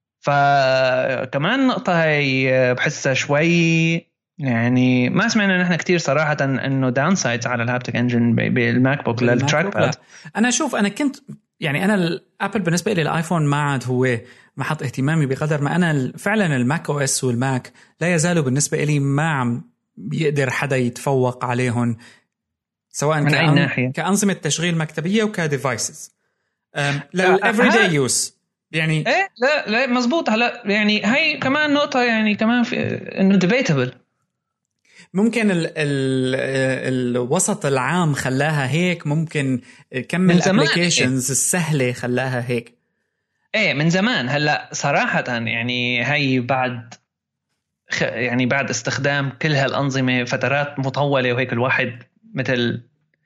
فكمان نقطة هي بحسها شوي يعني ما سمعنا نحن كتير صراحة انه داون سايدز على الهابتك انجن بالماك بوك للتراك باد. انا اشوف انا كنت يعني انا الابل بالنسبة لي الايفون ما عاد هو ما حط اهتمامي بقدر ما انا فعلا الماك او اس والماك لا يزالوا بالنسبة لي ما عم بيقدر حدا يتفوق عليهم سواء من أي ناحية كأنظمة تشغيل مكتبية وكديفايسز للإفريداي يوز يعني. ايه لا لا مزبوط. هلا يعني هاي كمان نقطة يعني كمان في انه debatable. ممكن ال ال الوسط العام خلاها هيك، ممكن كم الابليكيشنز السهلة خلاها هيك. ايه من زمان. هلا صراحة يعني هاي بعد يعني بعد استخدام كل هالأنظمة فترات مطولة وهيك الواحد مثل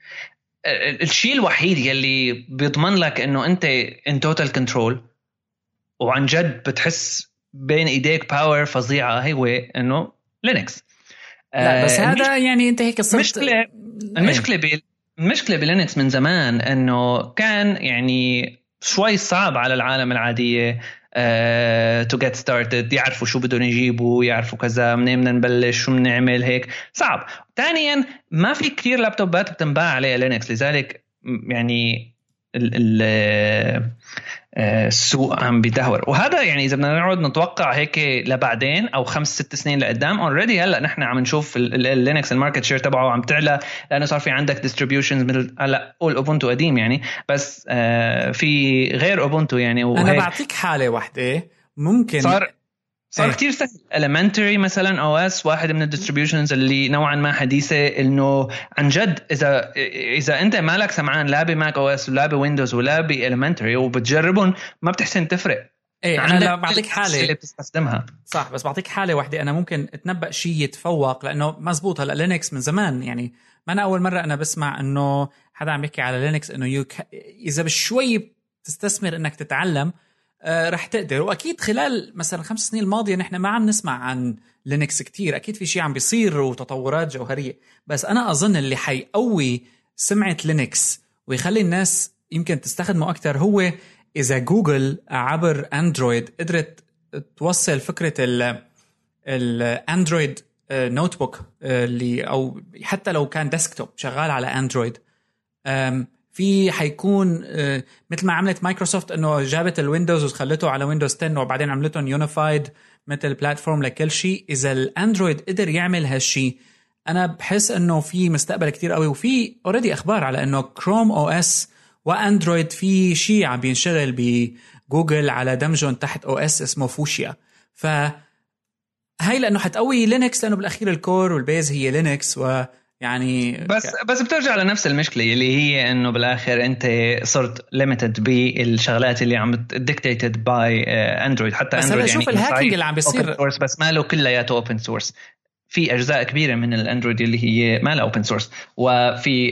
الشيء الوحيد يلي بيضمن لك انه انت in total control وعن جد بتحس بين ايديك باور فظيعة هو انه لينكس. لا بس آه هذا يعني انت هيك صرت المشكلة المشكلة بال المشكلة بلينكس من زمان انه كان يعني شوي صعب على العالم العادية Uh, to get started يعرفوا شو بدهم يجيبوا، يعرفوا كذا منين بدنا نبلش شو بنعمل هيك صعب. ثانيا ما في كتير لابتوبات بتنباع عليها لينكس، لذلك يعني ال ال السوق عم بيدهور. وهذا يعني إذا بدنا نقعد نتوقع هيك لبعدين أو خمس ست سنين لقدام already هلأ نحن عم نشوف اللينكس الماركت شير تبعه عم تعلى لأنه صار في عندك distributions مثل هلأ قول أوبونتو قديم يعني بس آه في غير أوبونتو يعني. أنا بعطيك حالة واحدة ممكن صار صار إيه. كتير سهل. Elementary مثلا او اس واحد من الديستريبيوشنز اللي نوعا ما حديثه، انه عن جد اذا اذا انت مالك سمعان لا بماك او اس ولا بويندوز ولا Elementary وبتجربهم ما بتحسن تفرق. ايه انا لا بعطيك حاله اللي بتستخدمها صح، بس بعطيك حاله واحده انا ممكن اتنبأ شيء يتفوق، لانه مزبوط هلا لينكس من زمان، يعني ما انا اول مره انا بسمع انه حدا عم يحكي على لينكس انه يوك اذا بشوي تستثمر انك تتعلم آه رح تقدر. واكيد خلال مثلا خمس سنين الماضيه نحن ما عم نسمع عن لينكس كتير، اكيد في شيء عم بيصير وتطورات جوهريه، بس انا اظن اللي حيقوي سمعه لينكس ويخلي الناس يمكن تستخدمه اكثر هو إذا جوجل عبر أندرويد قدرت توصل فكرة الأندرويد نوت بوك اللي أو حتى لو كان ديسكتوب شغال على أندرويد، في حيكون مثل ما عملت مايكروسوفت إنه جابت الويندوز وخلته على ويندوز عشرة وبعدين عملتهم يونيفايد مثل بلاتفورم لكل شيء. إذا الأندرويد قدر يعمل هالشي أنا بحس إنه في مستقبل كتير قوي، وفي أوريدي أخبار على إنه كروم أو إس واندرويد في شيء عم بينشغل بجوجل على دمجهم تحت او اس اسمه فوشيا. فهاي لانه حتقوي لينكس، لانه بالاخير الكور والبيز هي لينكس، ويعني بس ك... بس بترجع لنفس المشكله اللي هي انه بالاخر انت صرت ليميتد بالشغلات اللي عم ديكتيتد باي اندرويد. حتى بس اندرويد يعني شوف الهاكينج اللي عم بيصير بس ما له كلياته اوبن سورس. في أجزاء كبيرة من الأندرويد اللي هي ما لها open source، وفي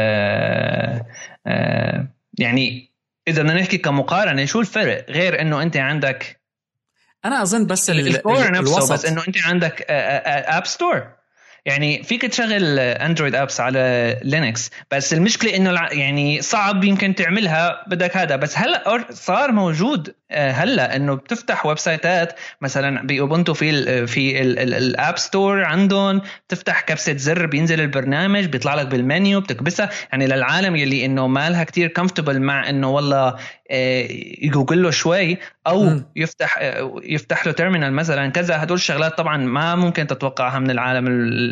آه آه يعني إذا بدنا نحكي كمقارنة شو الفرق غير إنه أنت عندك أنا أظن بس الستور نفسه، الوسط. بس إنه أنت عندك آب ستور، يعني فيك تشغل اندرويد ابس على لينكس، بس المشكله انه يعني صعب يمكن تعملها بدك هذا. بس هلا صار موجود هلا انه بتفتح ويب سايتات مثلا باوبونتو في في الاب ستور عندهم، تفتح كبسه زر بينزل البرنامج بيطلع لك بالمنيو بتكبسها. يعني للعالم يلي انه ما لها كتير كومفورتبل مع انه والله يجوجل له شوي او م. يفتح يفتح له تيرمينال مثلا كذا، هدول الشغلات طبعا ما ممكن تتوقعها من العالم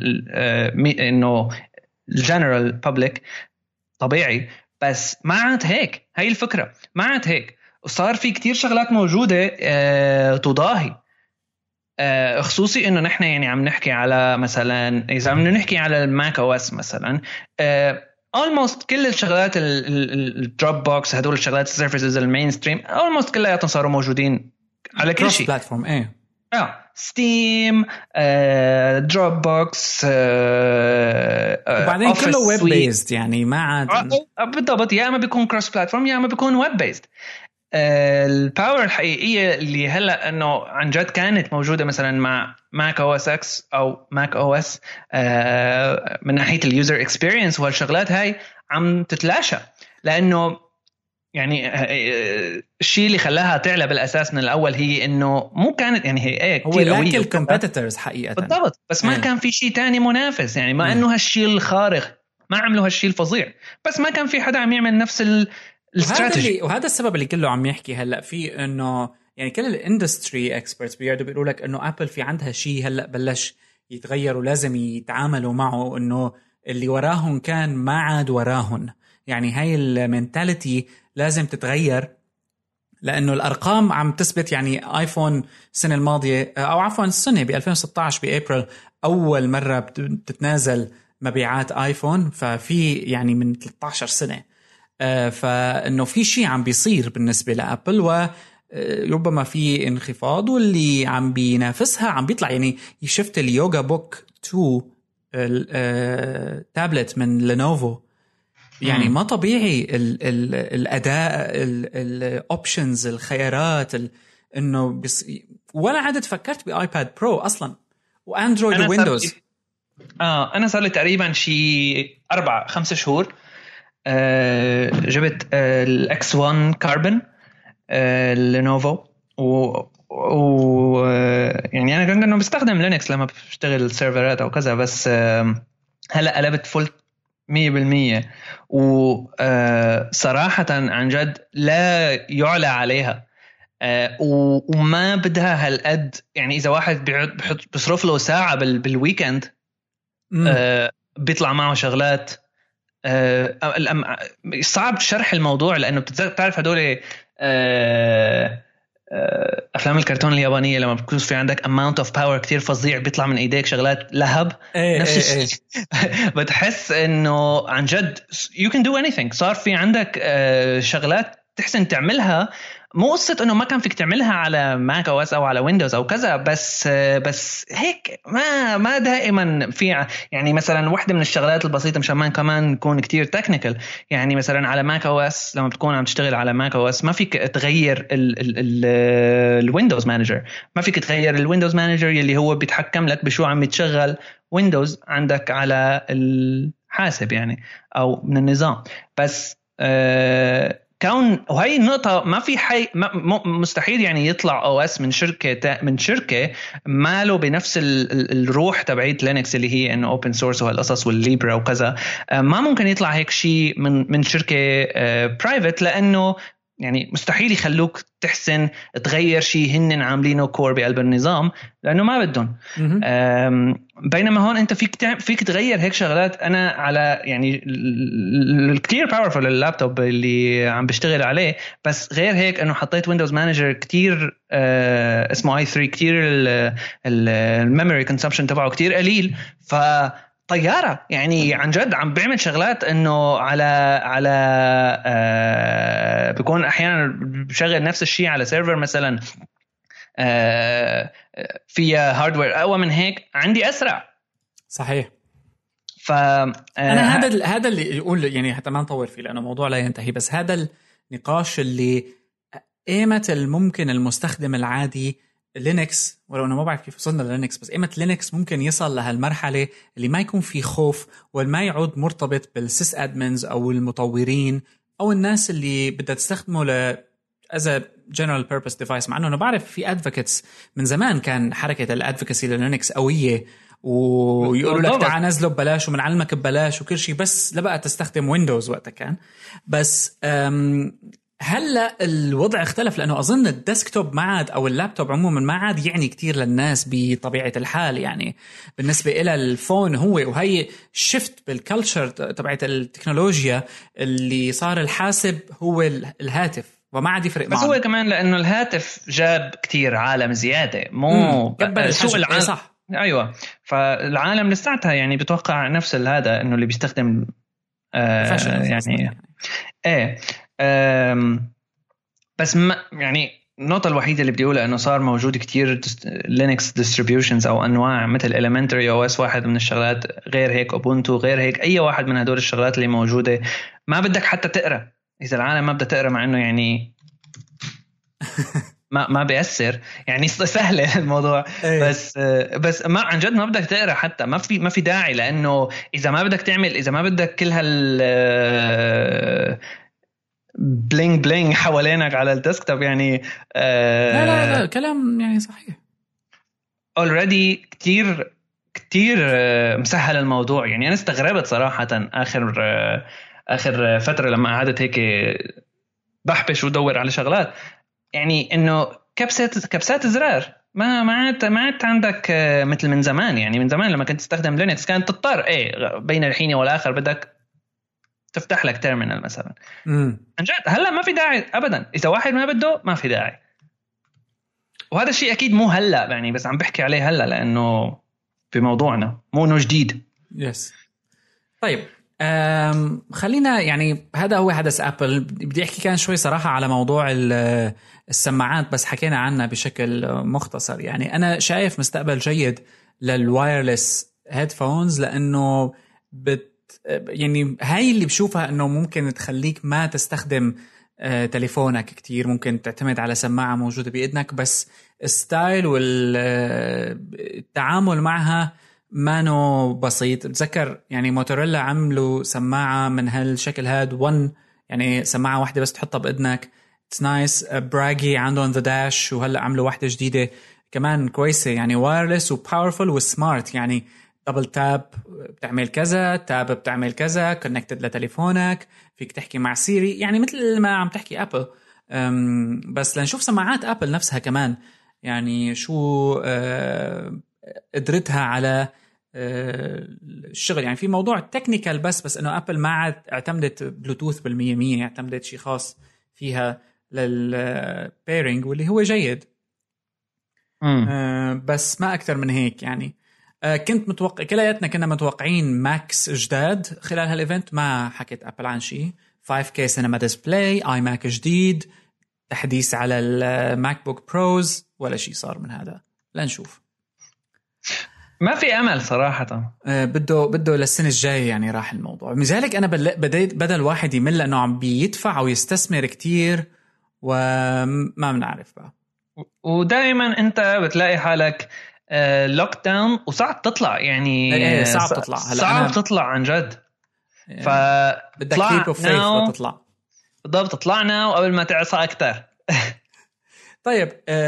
انه الجنرال بابليك طبيعي. بس ما عاد هيك، هاي الفكره ما عاد هيك، وصار في كتير شغلات موجوده تضاهي، خصوصي انه نحن يعني عم نحكي على مثلا اذا عم نحكي على الماك او اس مثلا almost كل الشغلات الدروب بوكس هدول الشغلات السيرفيسز المين ستريم almost كلها صاروا موجودين على كل شيء بلاتفورم. ايه اه ستيم دروب بوكس وبعدين كله ويب بيزد، يعني ما عاد بالضبط، يا اما بيكون كروس بلاتفورم يا اما بيكون ويب بيزد. الباور الحقيقيه اللي هلا انه عن جد كانت موجوده مثلا مع ماك او اس اكس او ماك او اس من ناحيه اليوزر اكسبيرينس والشغلات هاي عم تتلاشى، لانه يعني الشيء اللي خلاها تعلى بالاساس من الاول هي انه مو كانت يعني هي ايه هو لاك الكومبيتيتورز حقيقه بالضبط، بس ما ايه. كان في شيء تاني منافس، يعني ما ايه. انه هالشيء الخارق ما عملوا هالشيء الفظيع، بس ما كان في حدا عم يعمل نفس ال وهذا, وهذا السبب اللي كله عم يحكي هلا في انه يعني كل الاندستري اكسبرتس بيقعدوا بيقولوا لك انه ابل في عندها شيء هلا بلش يتغير ولازم يتعاملوا معه، انه اللي وراهم كان ما عاد وراهم. يعني هاي المينتاليتي لازم تتغير، لانه الارقام عم تثبت. يعني ايفون السنه الماضيه او عفوا السنه ب ألفين وستة عشر بابريل اول مره بتتنازل مبيعات ايفون، ففي يعني من ثلاثة عشر سنه فإنه في شيء عم بيصير بالنسبة لأبل، وربما في انخفاض واللي عم بينافسها عم بيطلع. يعني شفت اليوغا بوك اثنين التابلت من لينوفو، يعني ما طبيعي ال ال الأداء الأوبشنز الخيارات إنه بس ولا عادت فكرت بآيباد برو أصلا وأندرويد وويندوز. آه أنا صار لي تقريبا شيء أربع خمسة شهور أه جبت أه الإكس واحد كاربون أه لينوفو و, و يعني أنا كنت إنه بستخدم لينكس لما بشتغل سيرفرات أو كذا، بس أه هلأ قلبت فول مية بالمية، وصراحة عن جد لا يعلى عليها، أه وما بدها هالقد. يعني إذا واحد بيحط بصرف له ساعة بالويكند أه بيطلع معه شغلات. أه صعب شرح الموضوع، لأنه بتعرف هدول أه افلام الكرتون اليابانيه لما بيكون في عندك amount of power كتير فظيع بيطلع من ايديك شغلات لهب ايه نفس ايه الشيء. بتحس انه عن جد you can do anything. صار في عندك شغلات تحسن تعملها، مو قصة انه ما كان فيك تعملها على ماك او اس او على ويندوز او كذا، بس بس هيك ما ما دائما في. يعني مثلا واحدة من الشغلات البسيطة مشان ما كمان نكون كتير تكنيكال، يعني مثلا على ماك او اس لما بتكون عم تشتغل على ماك او اس ما فيك تغير الويندوز مانجر، ما فيك تغير الويندوز مانجر يلي هو بيتحكم لك بشو عم يتشغل ويندوز عندك على الحاسب يعني او من النظام. بس آه كون وهي النقطة ما في حي مستحيل يعني يطلع او اس من شركة من شركة ماله بنفس الروح تبعيت لينكس اللي هي انه اوبن سورس وهالقصص والليبرا وكذا. ما ممكن يطلع هيك شيء من من شركة برايفت، لانه يعني مستحيل يخلوك تحسن تغير شيء هن عاملينه كور بقلب النظام لانه ما بدهم. بينما هون انت فيك تعمل فيك تغير هيك شغلات. انا على يعني الكتير باورفول اللابتوب اللي عم بشتغل عليه، بس غير هيك انه حطيت ويندوز مانجر كتير آه اسمه اي ثري، كتير الميموري كونسامشن تبعه كتير قليل، ف طيارة يعني عن جد عم بعمل شغلات انه على على آه بيكون احيانا بشغل نفس الشيء على سيرفر مثلا آه فيها هاردوير اقوى من هيك عندي اسرع. صحيح. ف آه انا هذا هذا اللي يقول يعني حتى ما نطول فيه لانه الموضوع لا ينتهي، بس هذا النقاش اللي ايمت الممكن المستخدم العادي لينكس، ولو أنا ما بعرف كيف وصلنا للينكس، بس إيمت لينكس ممكن يصل لهالمرحلة اللي ما يكون في خوف وما يعود مرتبط بالسيس أدمنز أو المطورين أو الناس اللي بدها تستخدمه ل as a general purpose device. مع أنه أنا بعرف في advocates من زمان كان حركة الادفوكسي للينكس قوية ويقولوا لك تعال نزله ببلاش ومنعلمك ببلاش وكل شيء، بس لبقى تستخدم ويندوز وقتها كان. بس هلا الوضع اختلف لانه اظن الديسكتوب ما عاد او اللابتوب عموما ما عاد يعني كتير للناس بطبيعه الحال. يعني بالنسبه الى الفون هو وهي شفت بالكالتشر تبعت التكنولوجيا اللي صار الحاسب هو الهاتف وما عاد يفرق معه. بس هو كمان لانه الهاتف جاب كتير عالم زياده، مو سوق العالم. صح. ايوه، فالعالم لساتها يعني بتوقع نفس هذا انه اللي بيستخدم آه يعني, يعني ايه بس ما يعني النقطة الوحيدة اللي بدي أقولها إنه صار موجود كتير لينكس ديستريبيوشنز أو أنواع مثل إليمنتري أو إس واحد من الشغلات، غير هيك أوبونتو، غير هيك أي واحد من هدول الشغلات اللي موجودة ما بدك حتى تقرأ. إذا العالم ما بدها تقرأ، مع إنه يعني ما ما بيأثر يعني سهلة الموضوع، بس بس ما عن جد ما بدك تقرأ حتى، ما في ما في داعي، لأنه إذا ما بدك تعمل إذا ما بدك كل هال بلينج بلينج حوالينك على الديسكتوب يعني آه لا لا لا كلام يعني صحيح. already كتير كتير مسهل الموضوع. يعني أنا استغربت صراحة آخر آخر فترة لما قعدت هيك بحبش ودور على شغلات، يعني إنه كبسات كبسات زرار ما ما عاد ما عاد عندك مثل من زمان. يعني من زمان لما كنت تستخدم لينكس كانت تضطر إيه بين الحين والآخر بدك تفتح لك تيرمينال مثلا. امم عن جد هلا ما في داعي ابدا، اذا واحد ما بده ما في داعي. وهذا الشيء اكيد مو هلا يعني، بس عم بحكي عليه هلا لانه بموضوعنا مو انه جديد. يس طيب أم خلينا يعني هذا هو حدث ابل. بدي احكي كان شوي صراحه على موضوع السماعات، بس حكينا عنها بشكل مختصر. يعني انا شايف مستقبل جيد للوايرلس هيدفونز، لانه بت يعني هاي اللي بشوفها انه ممكن تخليك ما تستخدم آه تليفونك كتير، ممكن تعتمد على سماعة موجودة بإذنك، بس الستايل والتعامل معها مانو بسيط. بتذكر يعني موتوريلا عملوا سماعة من هالشكل هاد ون، يعني سماعة واحدة بس تحطها بإذنك. It's nice. براغي عندهم The Dash، وهلأ عملوا واحدة جديدة كمان كويسة، يعني وايرلس وباورفل وسمارت. يعني دبل تاب بتعمل كذا، تاب بتعمل كذا، كونكتد لتليفونك، فيك تحكي مع سيري، يعني مثل ما عم تحكي أبل. بس لنشوف سماعات أبل نفسها كمان يعني شو قدرتها على الشغل. يعني في موضوع تكنيكال بس بس إنه أبل ما عاد اعتمدت بلوتوث بالمية مية، اعتمدت شيء خاص فيها للبيرنج واللي هو جيد. آه بس ما أكثر من هيك يعني. آه كنت متوقع كلياتنا كنا متوقعين ماكس جداد خلال هالإيفنت، ما حكيت أبل عن شيء. فايف كي سينما ديسبلاي، آي ماك جديد، تحديث على الماك بوك بروز، ولا شيء صار من هذا. لنشوف. ما في أمل صراحة. آه بده بده للسنة الجاية يعني راح الموضوع. لذلك أنا بديت بدل واحد يمل لأنه عم بيدفع أو يستثمر كتير وما بنعرف بقى. ودائما أنت بتلاقي حالك لوك داون وصعب تطلع يعني. ايه صعب تطلع. هلا صعب أنا... تطلع عن جد. ف بدك ليب اوف فيث لتطلع. بالضبط، طلعنا وقبل ما تعصى أكتر. طيب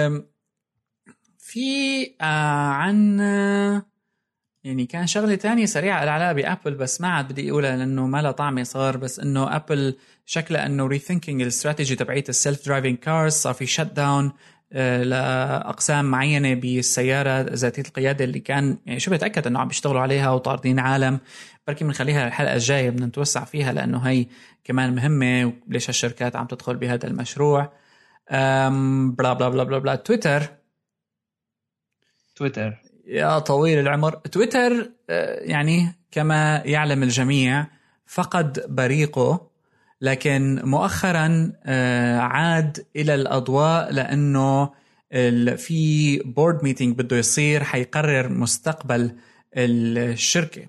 في عن يعني كان شغلة تانية سريعة العلاقة بأبل بس ما عاد بدي أقولها لأنه ما لا طعمة صار، بس إنه أبل شكله إنه rethinking الاستراتيجي تبعية السيلف درايفنج كارز. صار في شت داون لأقسام معينة بالسيارة ذاتية القيادة اللي كان يعني شو بتأكد إنه عم بيشتغلوا عليها وطاردين عالم. بركي بنخليها الحلقة الجاية بدنا نتوسع فيها لأنه هي كمان مهمة وليش هالشركات عم تدخل بهذا المشروع. بلا بلا بلا بلا بلا. تويتر تويتر يا طويل العمر. تويتر يعني كما يعلم الجميع فقد بريقه، لكن مؤخرا عاد إلى الأضواء لأنه في بورد ميتينج بده يصير حيقرر مستقبل الشركة.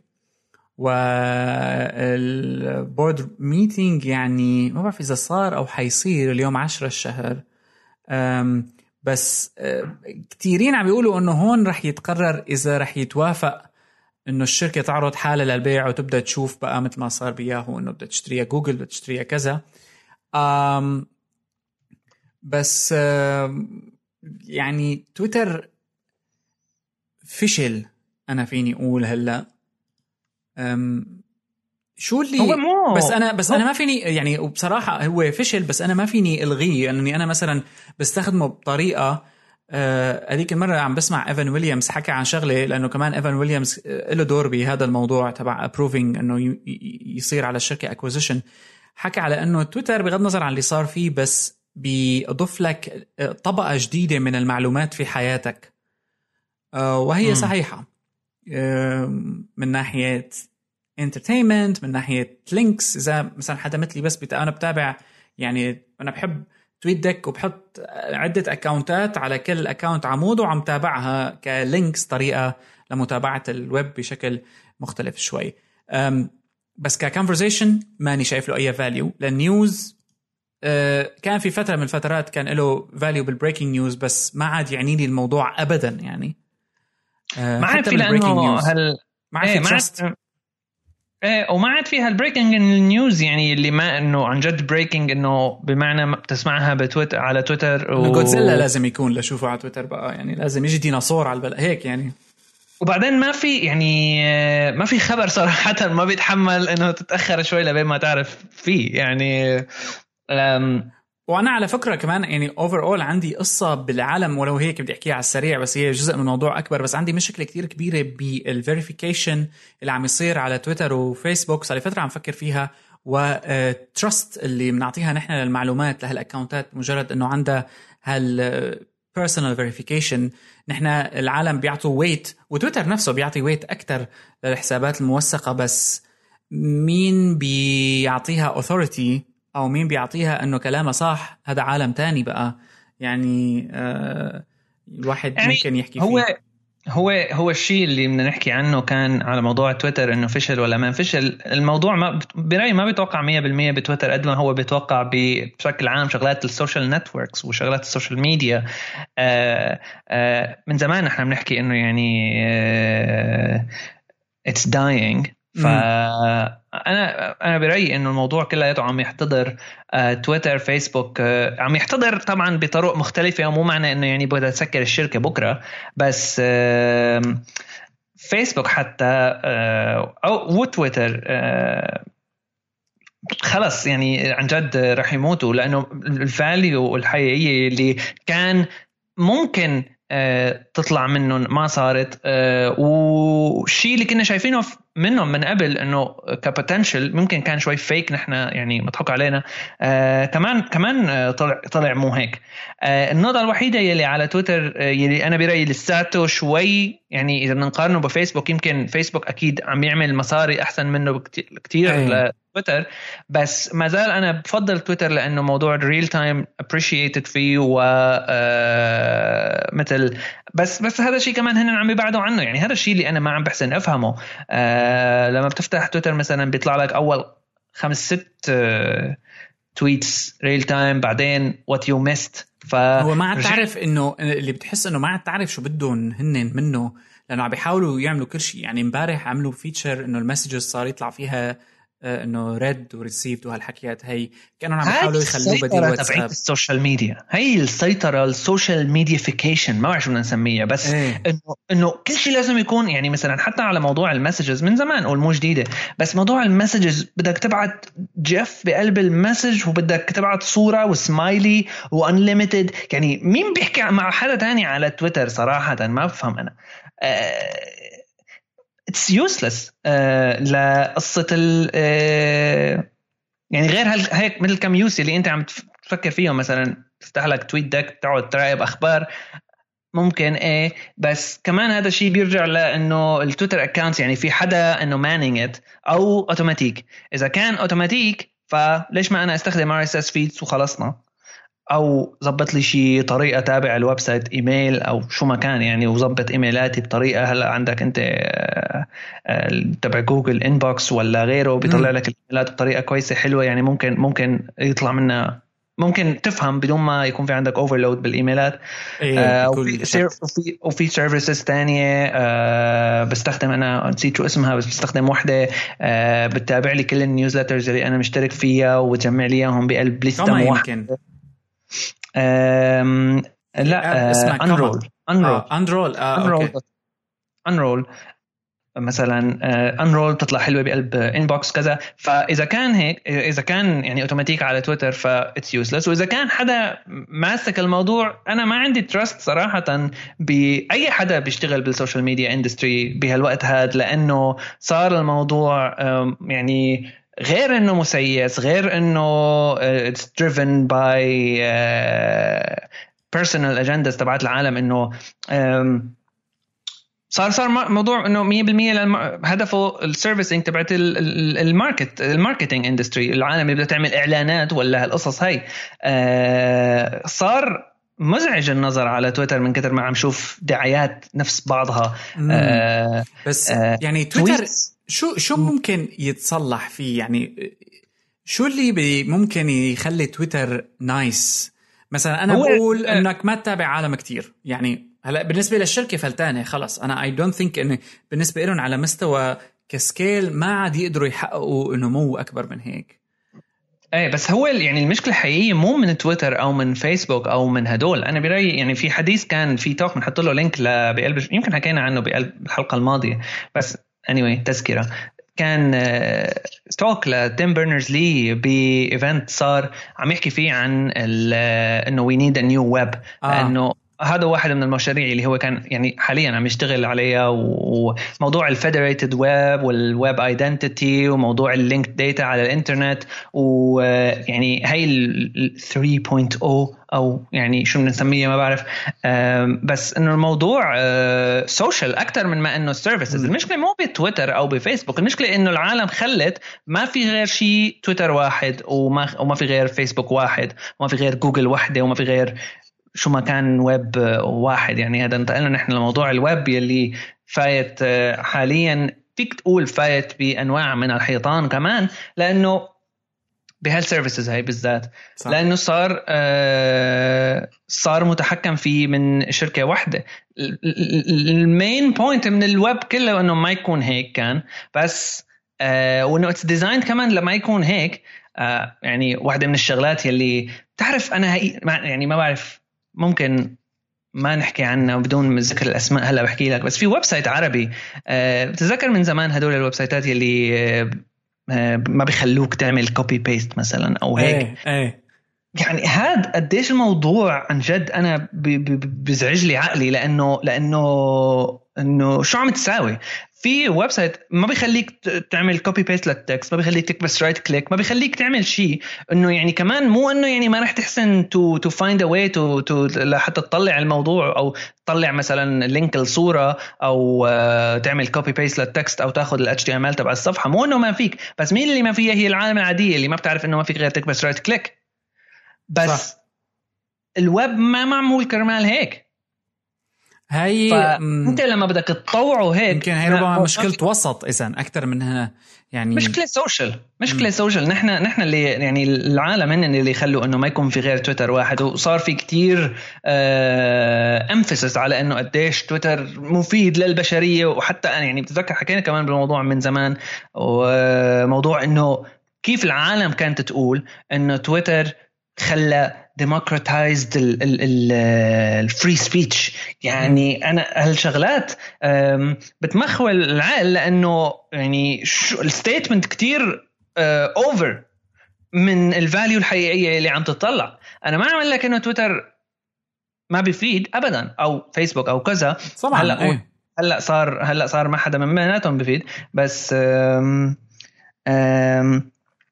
والبورد ميتينج يعني ما بعرف إذا صار أو حيصير اليوم عشرة الشهر، بس كتيرين عم بيقولوا أنه هون رح يتقرر إذا رح يتوافق إنه الشركة تعرض حالة للبيع وتبدأ تشوف بقى مثل ما صار بياهو إنه بدها تشتريها جوجل، بدها تشتريها كذا. أم بس أم يعني تويتر فشل أنا فيني أقول هلأ. أم شو اللي هو مو بس أنا بس أنا ما فيني يعني، وبصراحة هو فشل بس أنا ما فيني ألغيه لأني يعني أنا مثلا بستخدمه بطريقة. هذيك آه المرة عم بسمع إيفان ويليامز حكى عن شغلة، لأنه كمان إيفان ويليامز له دور بهذا الموضوع تبع approving إنه يصير على الشركة acquisition. حكى على إنه تويتر بغض النظر عن اللي صار فيه بس بيضيف لك طبقة جديدة من المعلومات في حياتك، آه وهي م. صحيحة. آه من ناحية entertainment، من ناحية links. إذا مثلا حدا مثلي بس بت... أنا بتابع يعني أنا بحب تويت ديك وبحط عدة أكاونتات على كل أكاونت عمود وعم تابعها كلينكس، طريقة لمتابعة الويب بشكل مختلف شوي. بس ككونفرزيشن ماني شايف له أي فاليو. للنيوز كان في فترة من الفترات كان له فاليو بالبريكنج نيوز، بس ما عاد يعني لي الموضوع أبدا يعني. ما عاد في لأنه هل ما عاد في تراست. ايه وما عاد فيها البريكنج نيوز يعني اللي ما انه عن جد بريكنج انه بمعنى بتسمعها بتويتر على تويتر و... جودزيلا لازم يكون لشوفه على تويتر بقى يعني، لازم يجي ديناصور على البلد هيك يعني. وبعدين ما في يعني ما في خبر صراحة، ما بيتحمل انه تتأخر شوي لبين ما تعرف فيه يعني. أم... وانا على فكره كمان يعني اوفر اول عندي قصه بالعالم ولو هيك بدي احكيها على السريع، بس هي جزء من موضوع اكبر. بس عندي مشكله كتير كبيره بالفيريفيكيشن اللي عم يصير على تويتر وفيسبوك. صار لي فتره عم فكر فيها، وتراست اللي بنعطيها نحن للمعلومات لهالاكونتات مجرد انه عندها هال personal verification. نحن العالم بيعطوا ويت، وتويتر نفسه بيعطي ويت اكثر للحسابات الموثقه، بس مين بيعطيها authority أو مين بيعطيها أنه كلامه صح هذا عالم تاني بقى يعني. آه الواحد يعني ممكن يحكي هو فيه. هو هو الشيء اللي بدنا نحكي عنه كان على موضوع تويتر إنه فشل ولا ما فشل. الموضوع ما برأيي ما بيتوقع مية بالمية بتويتر قد ما هو بيتوقع بشكل عام شغلات السوشيال نتوركس وشغلات السوشيال ميديا. آه آه من زمان نحن بنحكي إنه يعني آه it's dying. فأنا أنا برأيي إنه الموضوع كله عم يحتضر آه، تويتر فيسبوك آه، عم يحتضر طبعا بطرق مختلفة، ومو معنى إنه يعني بدها تسكر الشركة بكرة، بس آه، فيسبوك حتى آه، أو وتويتر آه، خلص يعني عن جد رح يموتوا، لأنه الفاليو الحقيقية اللي كان ممكن آه تطلع منهم ما صارت. آه والشيء اللي كنا شايفينه منهم من قبل انه كبوتنشل ممكن كان شوي فيك، نحن يعني مضحك علينا. آه كمان كمان آه طلع طلع مو هيك. آه النقطة الوحيدة يلي على تويتر آه يلي انا برأيي لساته شوي، يعني اذا بنقارنه بفيسبوك، يمكن فيسبوك اكيد عم يعمل مصاري احسن منه كتير أيه. لتويتر، بس ما زال انا بفضل تويتر لانه موضوع الريل تايم ابريشيتد فيه و آه مثل بس بس هذا الشيء كمان هن عم يبعدوا عنه. يعني هذا الشيء اللي انا ما عم بحسن افهمه. آه لما بتفتح تويتر مثلا بيطلع لك اول خمس ست آه تويتس ريل تايم، بعدين وات يو ميست. هو ما عاد تعرف انه اللي بتحس انه ما عاد تعرف شو بدهم هن منه، لانه عم بيحاولوا يعملوا كل شيء. يعني امبارح عملوا فيتشر انه المسجز صار يطلع فيها انه ريد وريسيفد وهالحكيات هي، كانوا عم بيحاولوا يخلوه بديل واتساب. السوشيال ميديا هي السيطره، السوشيال ميديافيكيشن، ما بعرف شو بدنا نسميها، بس ايه. انه انه كل شيء لازم يكون يعني مثلا حتى على موضوع المسجز من زمان او مو جديده، بس موضوع المسجز بدك تبعت جيف بقلب المسج وبدك تبعت صوره وسمايلي وانليميتد. يعني مين بيحكي مع حدا تاني على تويتر صراحه ما بفهم انا. أه it's useless. آه لقصة ال آه يعني غير هال هيك مثل كم يوسي اللي انت عم تفكر فيهم، مثلا تفتح لك تويت دك تقعد تراقب اخبار، ممكن ايه، بس كمان هذا الشيء بيرجع لانه التويتر اكاونتس يعني في حدا انه مانينج ات او اوتوماتيك. اذا كان اوتوماتيك فليش ما انا استخدم ار اس اس فيدز وخلصنا، او زبط لي شيء طريقه تابع الويب سايت ايميل او شو ما كان يعني، وزبط ايميلاتي بطريقه. هلا عندك انت تبع جوجل انبوكس ولا غيره بيطلع لك الايميلات بطريقه كويسه حلوه، يعني ممكن ممكن يطلع منها، ممكن تفهم بدون ما يكون في عندك اوفرلود بالايميلات. ايه آه وفي وفي وفي سيرفيسز ثانيه آه بستخدم، انا نسيت شو اسمها بس بستخدم وحده آه بتتابع لي كل النيوزلترز اللي انا مشترك فيها وتجمع لي اياهم بقلب ليسته واحده. أم لا اسمها انرول انرول انرول انرول انرول مثلا انرول تطلع حلوه بقلب انبوكس كذا. فاذا كان هيك، اذا كان يعني اوتوماتيك على تويتر فاتس يوزلس. واذا كان حدا ماسك الموضوع، انا ما عندي تراست صراحه باي حدا بيشتغل بالسوشيال ميديا اندستري بهالوقت هذا، لانه صار الموضوع يعني غير انه مسيس، غير انه it's driven by uh, personal agendas تبعت العالم، انه um, صار صار موضوع انه مية بالمية هدفه السيرفيسنج تبعت الماركت الماركتينج اندستري، العالم اللي بدها تعمل اعلانات ولا هالقصص هاي. uh, صار مزعج النظر على تويتر من كتر ما عم شوف دعايات نفس بعضها. uh, بس uh, يعني تويتر شو شو ممكن يتصلح فيه؟ يعني شو اللي ممكن يخلي تويتر نايس؟ مثلا انا بقول انك ما تتابع عالم كتير، يعني هلا بالنسبه للشركه فلتانه خلص. انا اي دونت ثينك انه بالنسبه لهم على مستوى كسكيل ما عاد يقدروا يحققوا نمو اكبر من هيك. ايه بس هو يعني المشكله الحقيقيه مو من تويتر او من فيسبوك او من هدول. انا برايي يعني في حديث كان في توك بنحط له لينك بقلب، يمكن حكينا عنه بقلب الحلقه الماضيه، بس anyway تذكره. كان توك لتيم بيرنرز لي بايفنت صار عم يحكي فيه عن انه وي نيد ا نيو ويب، انه هذا واحد من المشاريع اللي هو كان يعني حاليا عم يشتغل عليها، وموضوع الفيدريتد ويب والويب ايدنتيتي وموضوع اللينك داتا على الانترنت، ويعني هاي ال ثري بوينت أو او يعني شو بنسميها ما بعرف، بس انه الموضوع سوشيال اكثر من ما انه سيرفيسز. المشكله مو بتويتر او بفيسبوك، المشكله انه العالم خلت ما في غير شيء تويتر واحد، وما وما في غير فيسبوك واحد، وما في غير جوجل واحده، وما في غير شو ما كان ويب واحد. يعني هذا انتقلنا نحن لموضوع الويب يلي فايت حاليا، فيك تقول فايت بانواع من الحيطان كمان، لانه بهالسيرفيسز هاي بالذات صح. لانه صار آه صار متحكم فيه من شركه واحده. المين بوينت من الويب كله انه ما يكون هيك كان، بس آه وانه اتس ديزاين كمان لما يكون هيك. آه يعني واحده من الشغلات يلي تعرف انا هي يعني ما بعرف، ممكن ما نحكي عنه بدون ذكر الاسماء هلا بحكي لك، بس في ويب سايت عربي آه بتذكر من زمان هدول الويب سايتات يلي آه ما بيخلوك تعمل كوبي بيست مثلا او هيك. ايه ايه يعني هاد قديش الموضوع عن جد أنا بيزعج لي عقلي لأنه لأنه إنه شو عم تساوي في ويب سايت ما بيخليك تعمل كوبي بيست للتكست ما بيخليك تكبس رايت كليك ما بيخليك تعمل شيء إنه يعني كمان مو إنه يعني ما رح تحسن to to find a way to to لحتى تطلع الموضوع أو تطلع مثلا لينك الصورة أو uh, تعمل كوبي بيست للتكست أو تاخذ ال إتش تي إم إل تبع الصفحة مو إنه ما فيك بس مين اللي ما فيها هي العالم العادية اللي ما بتعرف إنه ما فيك غير تكبس رايت كليك بس صح. الويب ما معمول كرمال هيك هاي انت لما بدك تطوعه هيك يمكن هي ربما مشكلة وسط إذن أكثر من هنا يعني مشكلة سوشيال مشكلة سوشيال نحن نحن اللي يعني العالم هن اللي يخلوا إنه ما يكون في غير تويتر واحد وصار في كتير امفسس على إنه قديش تويتر مفيد للبشرية وحتى أنا يعني بتذكر حكينا كمان بالموضوع من زمان وموضوع إنه كيف العالم كانت تقول إنه تويتر خلى democratized ال free speech يعني أنا هالشغلات بتمخول العقل لأنه يعني الستيتمنت كتير over من الفاليو الحقيقية اللي عم تطلع أنا ما أعمل لك إنه تويتر ما بيفيد أبدا أو فيسبوك أو كذا هلأ ايه. هلأ صار هلأ صار ما حدا من بيناتهم بيفيد بس أم أم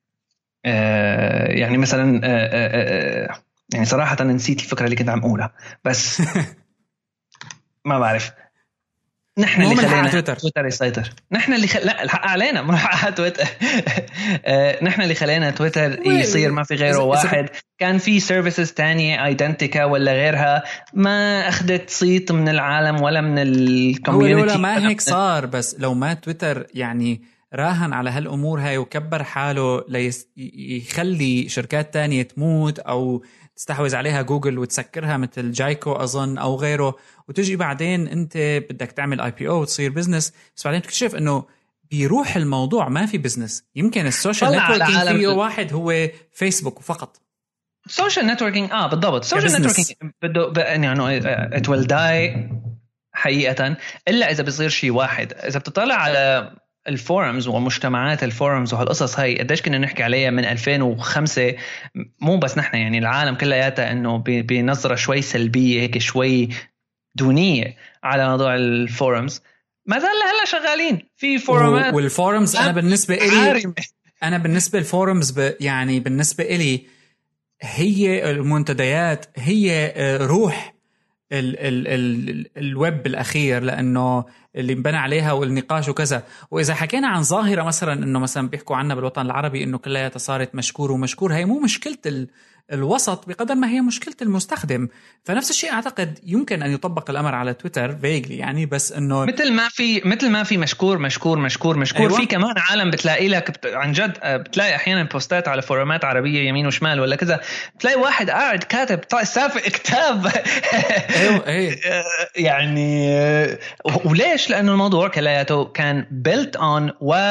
أه يعني مثلا أه أه أه يعني صراحة أنا نسيت الفكرة اللي كنت عم أقولها بس ما بعرف نحن اللي خلينا تويتر. تويتر يسيطر نحن اللي خل... لا الحق علينا مو حق تويتر نحن اللي خلينا تويتر يصير ما في غيره واحد كان في سيرفيسز تانية ايدنتيكا ولا غيرها ما أخذت صيت من العالم ولا من الكوميونيتي ما هيك صار بس لو ما تويتر يعني راهن على هالأمور هاي وكبر حاله ليخلي شركات تانية تموت أو تستحوذ عليها جوجل وتسكرها مثل جايكو أظن أو غيره وتجي بعدين أنت بدك تعمل آي بي أو وتصير بزنس بس بعدين تكتشف أنه بيروح الموضوع ما في بزنس يمكن السوشيال نتوركينج فيه واحد هو فيسبوك فقط السوشيال نتوركينج آه بالضبط السوشيال نتوركينج بده يعني it will die حقيقة إلا إذا بيصير شيء واحد إذا بتطلع على الفورمز ومجتمعات الفورمز وهالقصص هاي قديش كنا نحكي عليها من ألفين وخمسة مو بس نحن يعني العالم كلياته انه بنظرة شوي سلبية هيك شوي دونية على موضوع الفورمز ما زال هلا شغالين في فورمات والفورمز انا بالنسبة إلي انا بالنسبة الفورمز ب يعني بالنسبة إلي هي المنتديات هي روح ال ال ال الويب الأخير لأنه اللي انبنى عليها والنقاش وكذا وإذا حكينا عن ظاهرة مثلا إنه مثلا بيحكوا عنها بالوطن العربي إنه كلها صارت مشكور ومشكور هي مو مشكلة ال الوسط بقدر ما هي مشكلة المستخدم فنفس الشيء أعتقد يمكن أن يطبق الأمر على تويتر فيجلي يعني بس إنه مثل ما في مثل ما في مشكور مشكور مشكور مشكور أيوة. في كمان عالم بتلاقي لك عن جد بتلاقي أحيانا بوستات على فورمات عربية يمين وشمال ولا كذا بتلاقي واحد قاعد كاتب سافق كتاب أيوة أيوة. يعني وليش لأنه الموضوع كلاته كان built on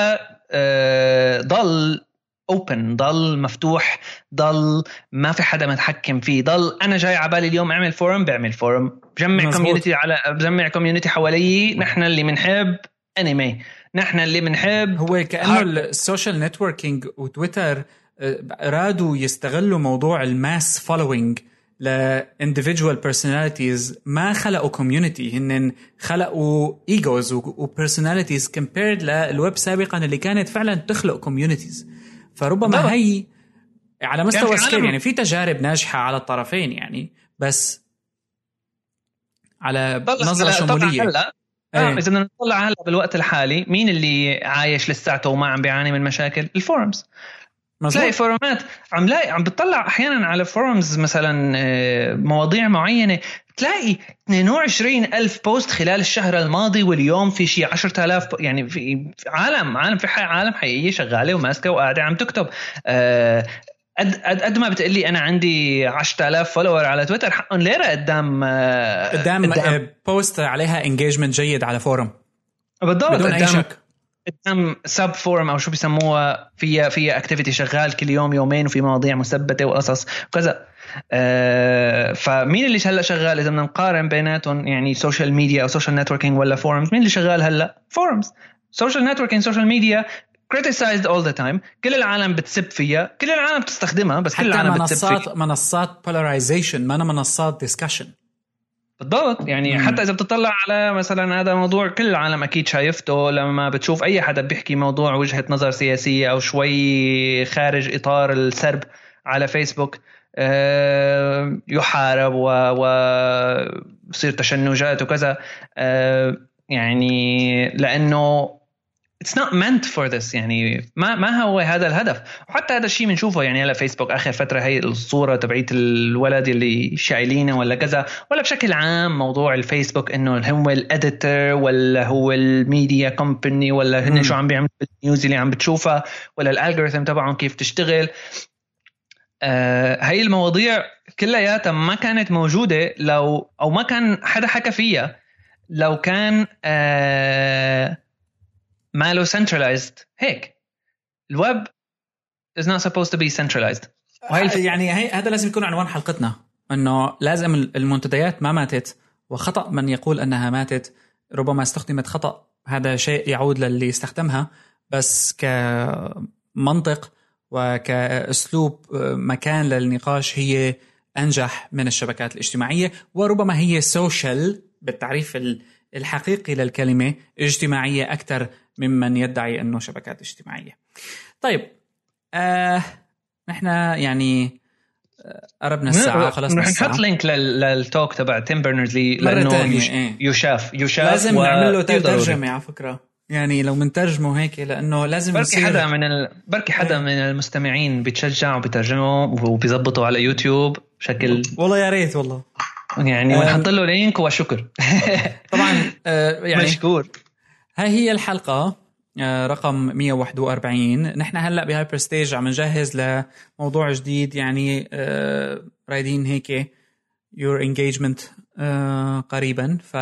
وضل open ضل مفتوح ضل ما في حدا متحكم فيه ضل أنا جاي عبالي اليوم أعمل فورم بعمل فورم بجمع كوميونيتي على بجمع كوميونيتي حوالي نحن اللي منحب أنيمي نحن اللي منحب هو كأنه السوشيال نتوركينج وتويتر رادوا يستغلوا موضوع الماس فولوينج ل individual personalities ما خلقوا community هن خلقوا egos و personalities compared للويب سابقا اللي كانت فعلا تخلق communities فربما طبعا. هي على مستوى يعني سكيل يعني في تجارب ناجحة على الطرفين يعني بس على نظرة شمولية هلا آه إذا بدنا نطلع هلا بالوقت الحالي مين اللي عايش لساته وما عم بيعاني من مشاكل الفورمز تلاقي فورمات عم لاقي عم بتطلع أحيانا على فورمز مثلا مواضيع معينة تلاقي اثنين وعشرين ألف بوست خلال الشهر الماضي واليوم في شيء عشرة آلاف يعني في عالم عالم في حي عالم حقيقية شغالة وماسكة وقاعدة عم تكتب قد قد قد ما بتقلي أنا عندي عشرة آلاف فولور على تويتر حقهم ليرة قدام قدام, قدام بوست عليها انجيجمنت جيد على فورم بالضبط بدون أي شك قدام سب فورم او شو بيسموها فيها فيها اكتيفيتي شغال كل يوم يومين وفي مواضيع مثبته وقصص وكذا آه فمين اللي هلا شغال اذا بدنا نقارن بيناتهم يعني سوشيال ميديا او سوشيال نتوركينج ولا فورمز مين اللي شغال هلا فورمز سوشيال نتوركينج سوشيال ميديا criticized all the time. كل العالم بتسب فيها, كل العالم بتستخدمها, بس كل العالم بتسب فيها. منصات منصات polarization, ما أنا منصات discussion. بالضبط. يعني مم. حتى إذا بتطلع على مثلا هذا موضوع كل العالم أكيد شايفته, لما بتشوف أي حدا بيحكي موضوع وجهة نظر سياسية أو شوي خارج إطار السرب على فيسبوك يحارب ويصير تشنجات وكذا, يعني لأنه it's not meant for this. يعني ما ما هو هذا الهدف. وحتى هذا الشيء بنشوفه يعني على فيسبوك آخر فترة, هي الصورة تبعيت الولد اللي شايلينه ولا كذا, ولا بشكل عام موضوع الفيسبوك إنه هو الإديتور ولا هو الميديا كومباني ولا هن شو عم بيعملوا بالنيوز اللي عم بتشوفها, ولا الألغوريثم تبعهم كيف تشتغل. آه هاي المواضيع كلها ما كانت موجودة لو أو ما كان حدا حكى فيها لو كان آه ما له centralized. هيك الويب is not supposed to be centralized. يعني هي هذا لازم يكون عنوان حلقتنا, إنه لازم المنتديات ما ماتت, وخطأ من يقول أنها ماتت. ربما استخدمت خطأ, هذا شيء يعود للي استخدمها, بس كمنطق وكأسلوب مكان للنقاش هي أنجح من الشبكات الاجتماعية, وربما هي سوشيال بالتعريف الحقيقي للكلمة, اجتماعية أكثر ممن يدعي أنه شبكات اجتماعية. طيب آه نحن يعني قربنا الساعة وخلصنا الساعة. نحط لينك للتوك تبع تيم بيرنرز-لي لأنه يش... إيه؟ يشاف يشاف لازم و... نعمل له ترجمة على فكرة, يعني لو منترجمه هيك, لأنه لازم بركي يصير... حدا من ال... بركي حدا من المستمعين بتشجع وبترجمه وبيزبطه على يوتيوب بشكل, والله يا ريت والله يعني ونحط له لينك وشكر. طبعا آه يعني مشكور. هاي هي الحلقة آه رقم مية وواحد وأربعين. نحن هلأ بهايبر ستيج عم نجهز لموضوع جديد, يعني آه رايدين هيك your engagement آه قريبا, ف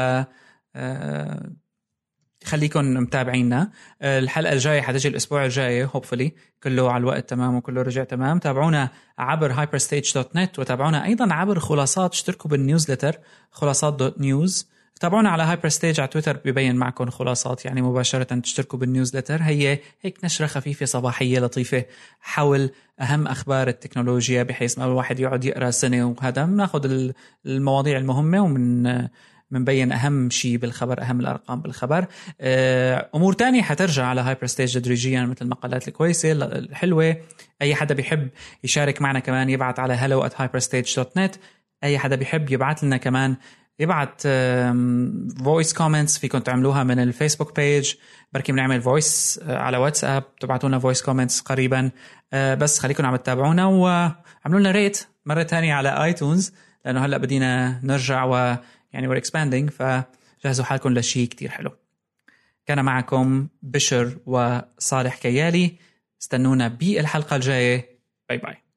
آه خليكن متابعينا. الحلقة الجاية حتجي الأسبوع الجاي hopefully, كله على الوقت تمام وكله رجع تمام. تابعونا عبر hyperstage دوت نت, وتابعونا أيضا عبر خلاصات, اشتركوا بالنيوزلتر خلاصات دوت نيوز. تابعونا على hyperstage على تويتر, بيبين معكم خلاصات يعني مباشرة. تشتركوا بالنيوزلتر, هي هيك نشرة خفيفة صباحية لطيفة حول أهم أخبار التكنولوجيا, بحيث ما الواحد يقعد يقرأ سنة وهذا. بناخد المواضيع المهمة ومن منبين أهم شيء بالخبر, أهم الأرقام بالخبر. أمور تانية حترجع على هايبر ستيج تدريجيا, مثل المقالات الكويسة الحلوة. أي حدا بيحب يشارك معنا كمان يبعت على hello at hyperstage دوت net. أي حدا بيحب يبعت لنا كمان يبعت voice comments, فيكم تعملوها من الفيسبوك بيج. بركي بنعمل voice على واتساب, تبعتونا voice comments قريبا. بس خليكم عم تتابعونا, وعملوا لنا ريت مرة تانية على ايتونز, لأنه هلأ بدينا نرجع و يعني we're expanding, فجهزوا حالكم لشيء كتير حلو. كان معكم بشر وصالح كيالي, استنونا بالحلقة الجاية. باي باي.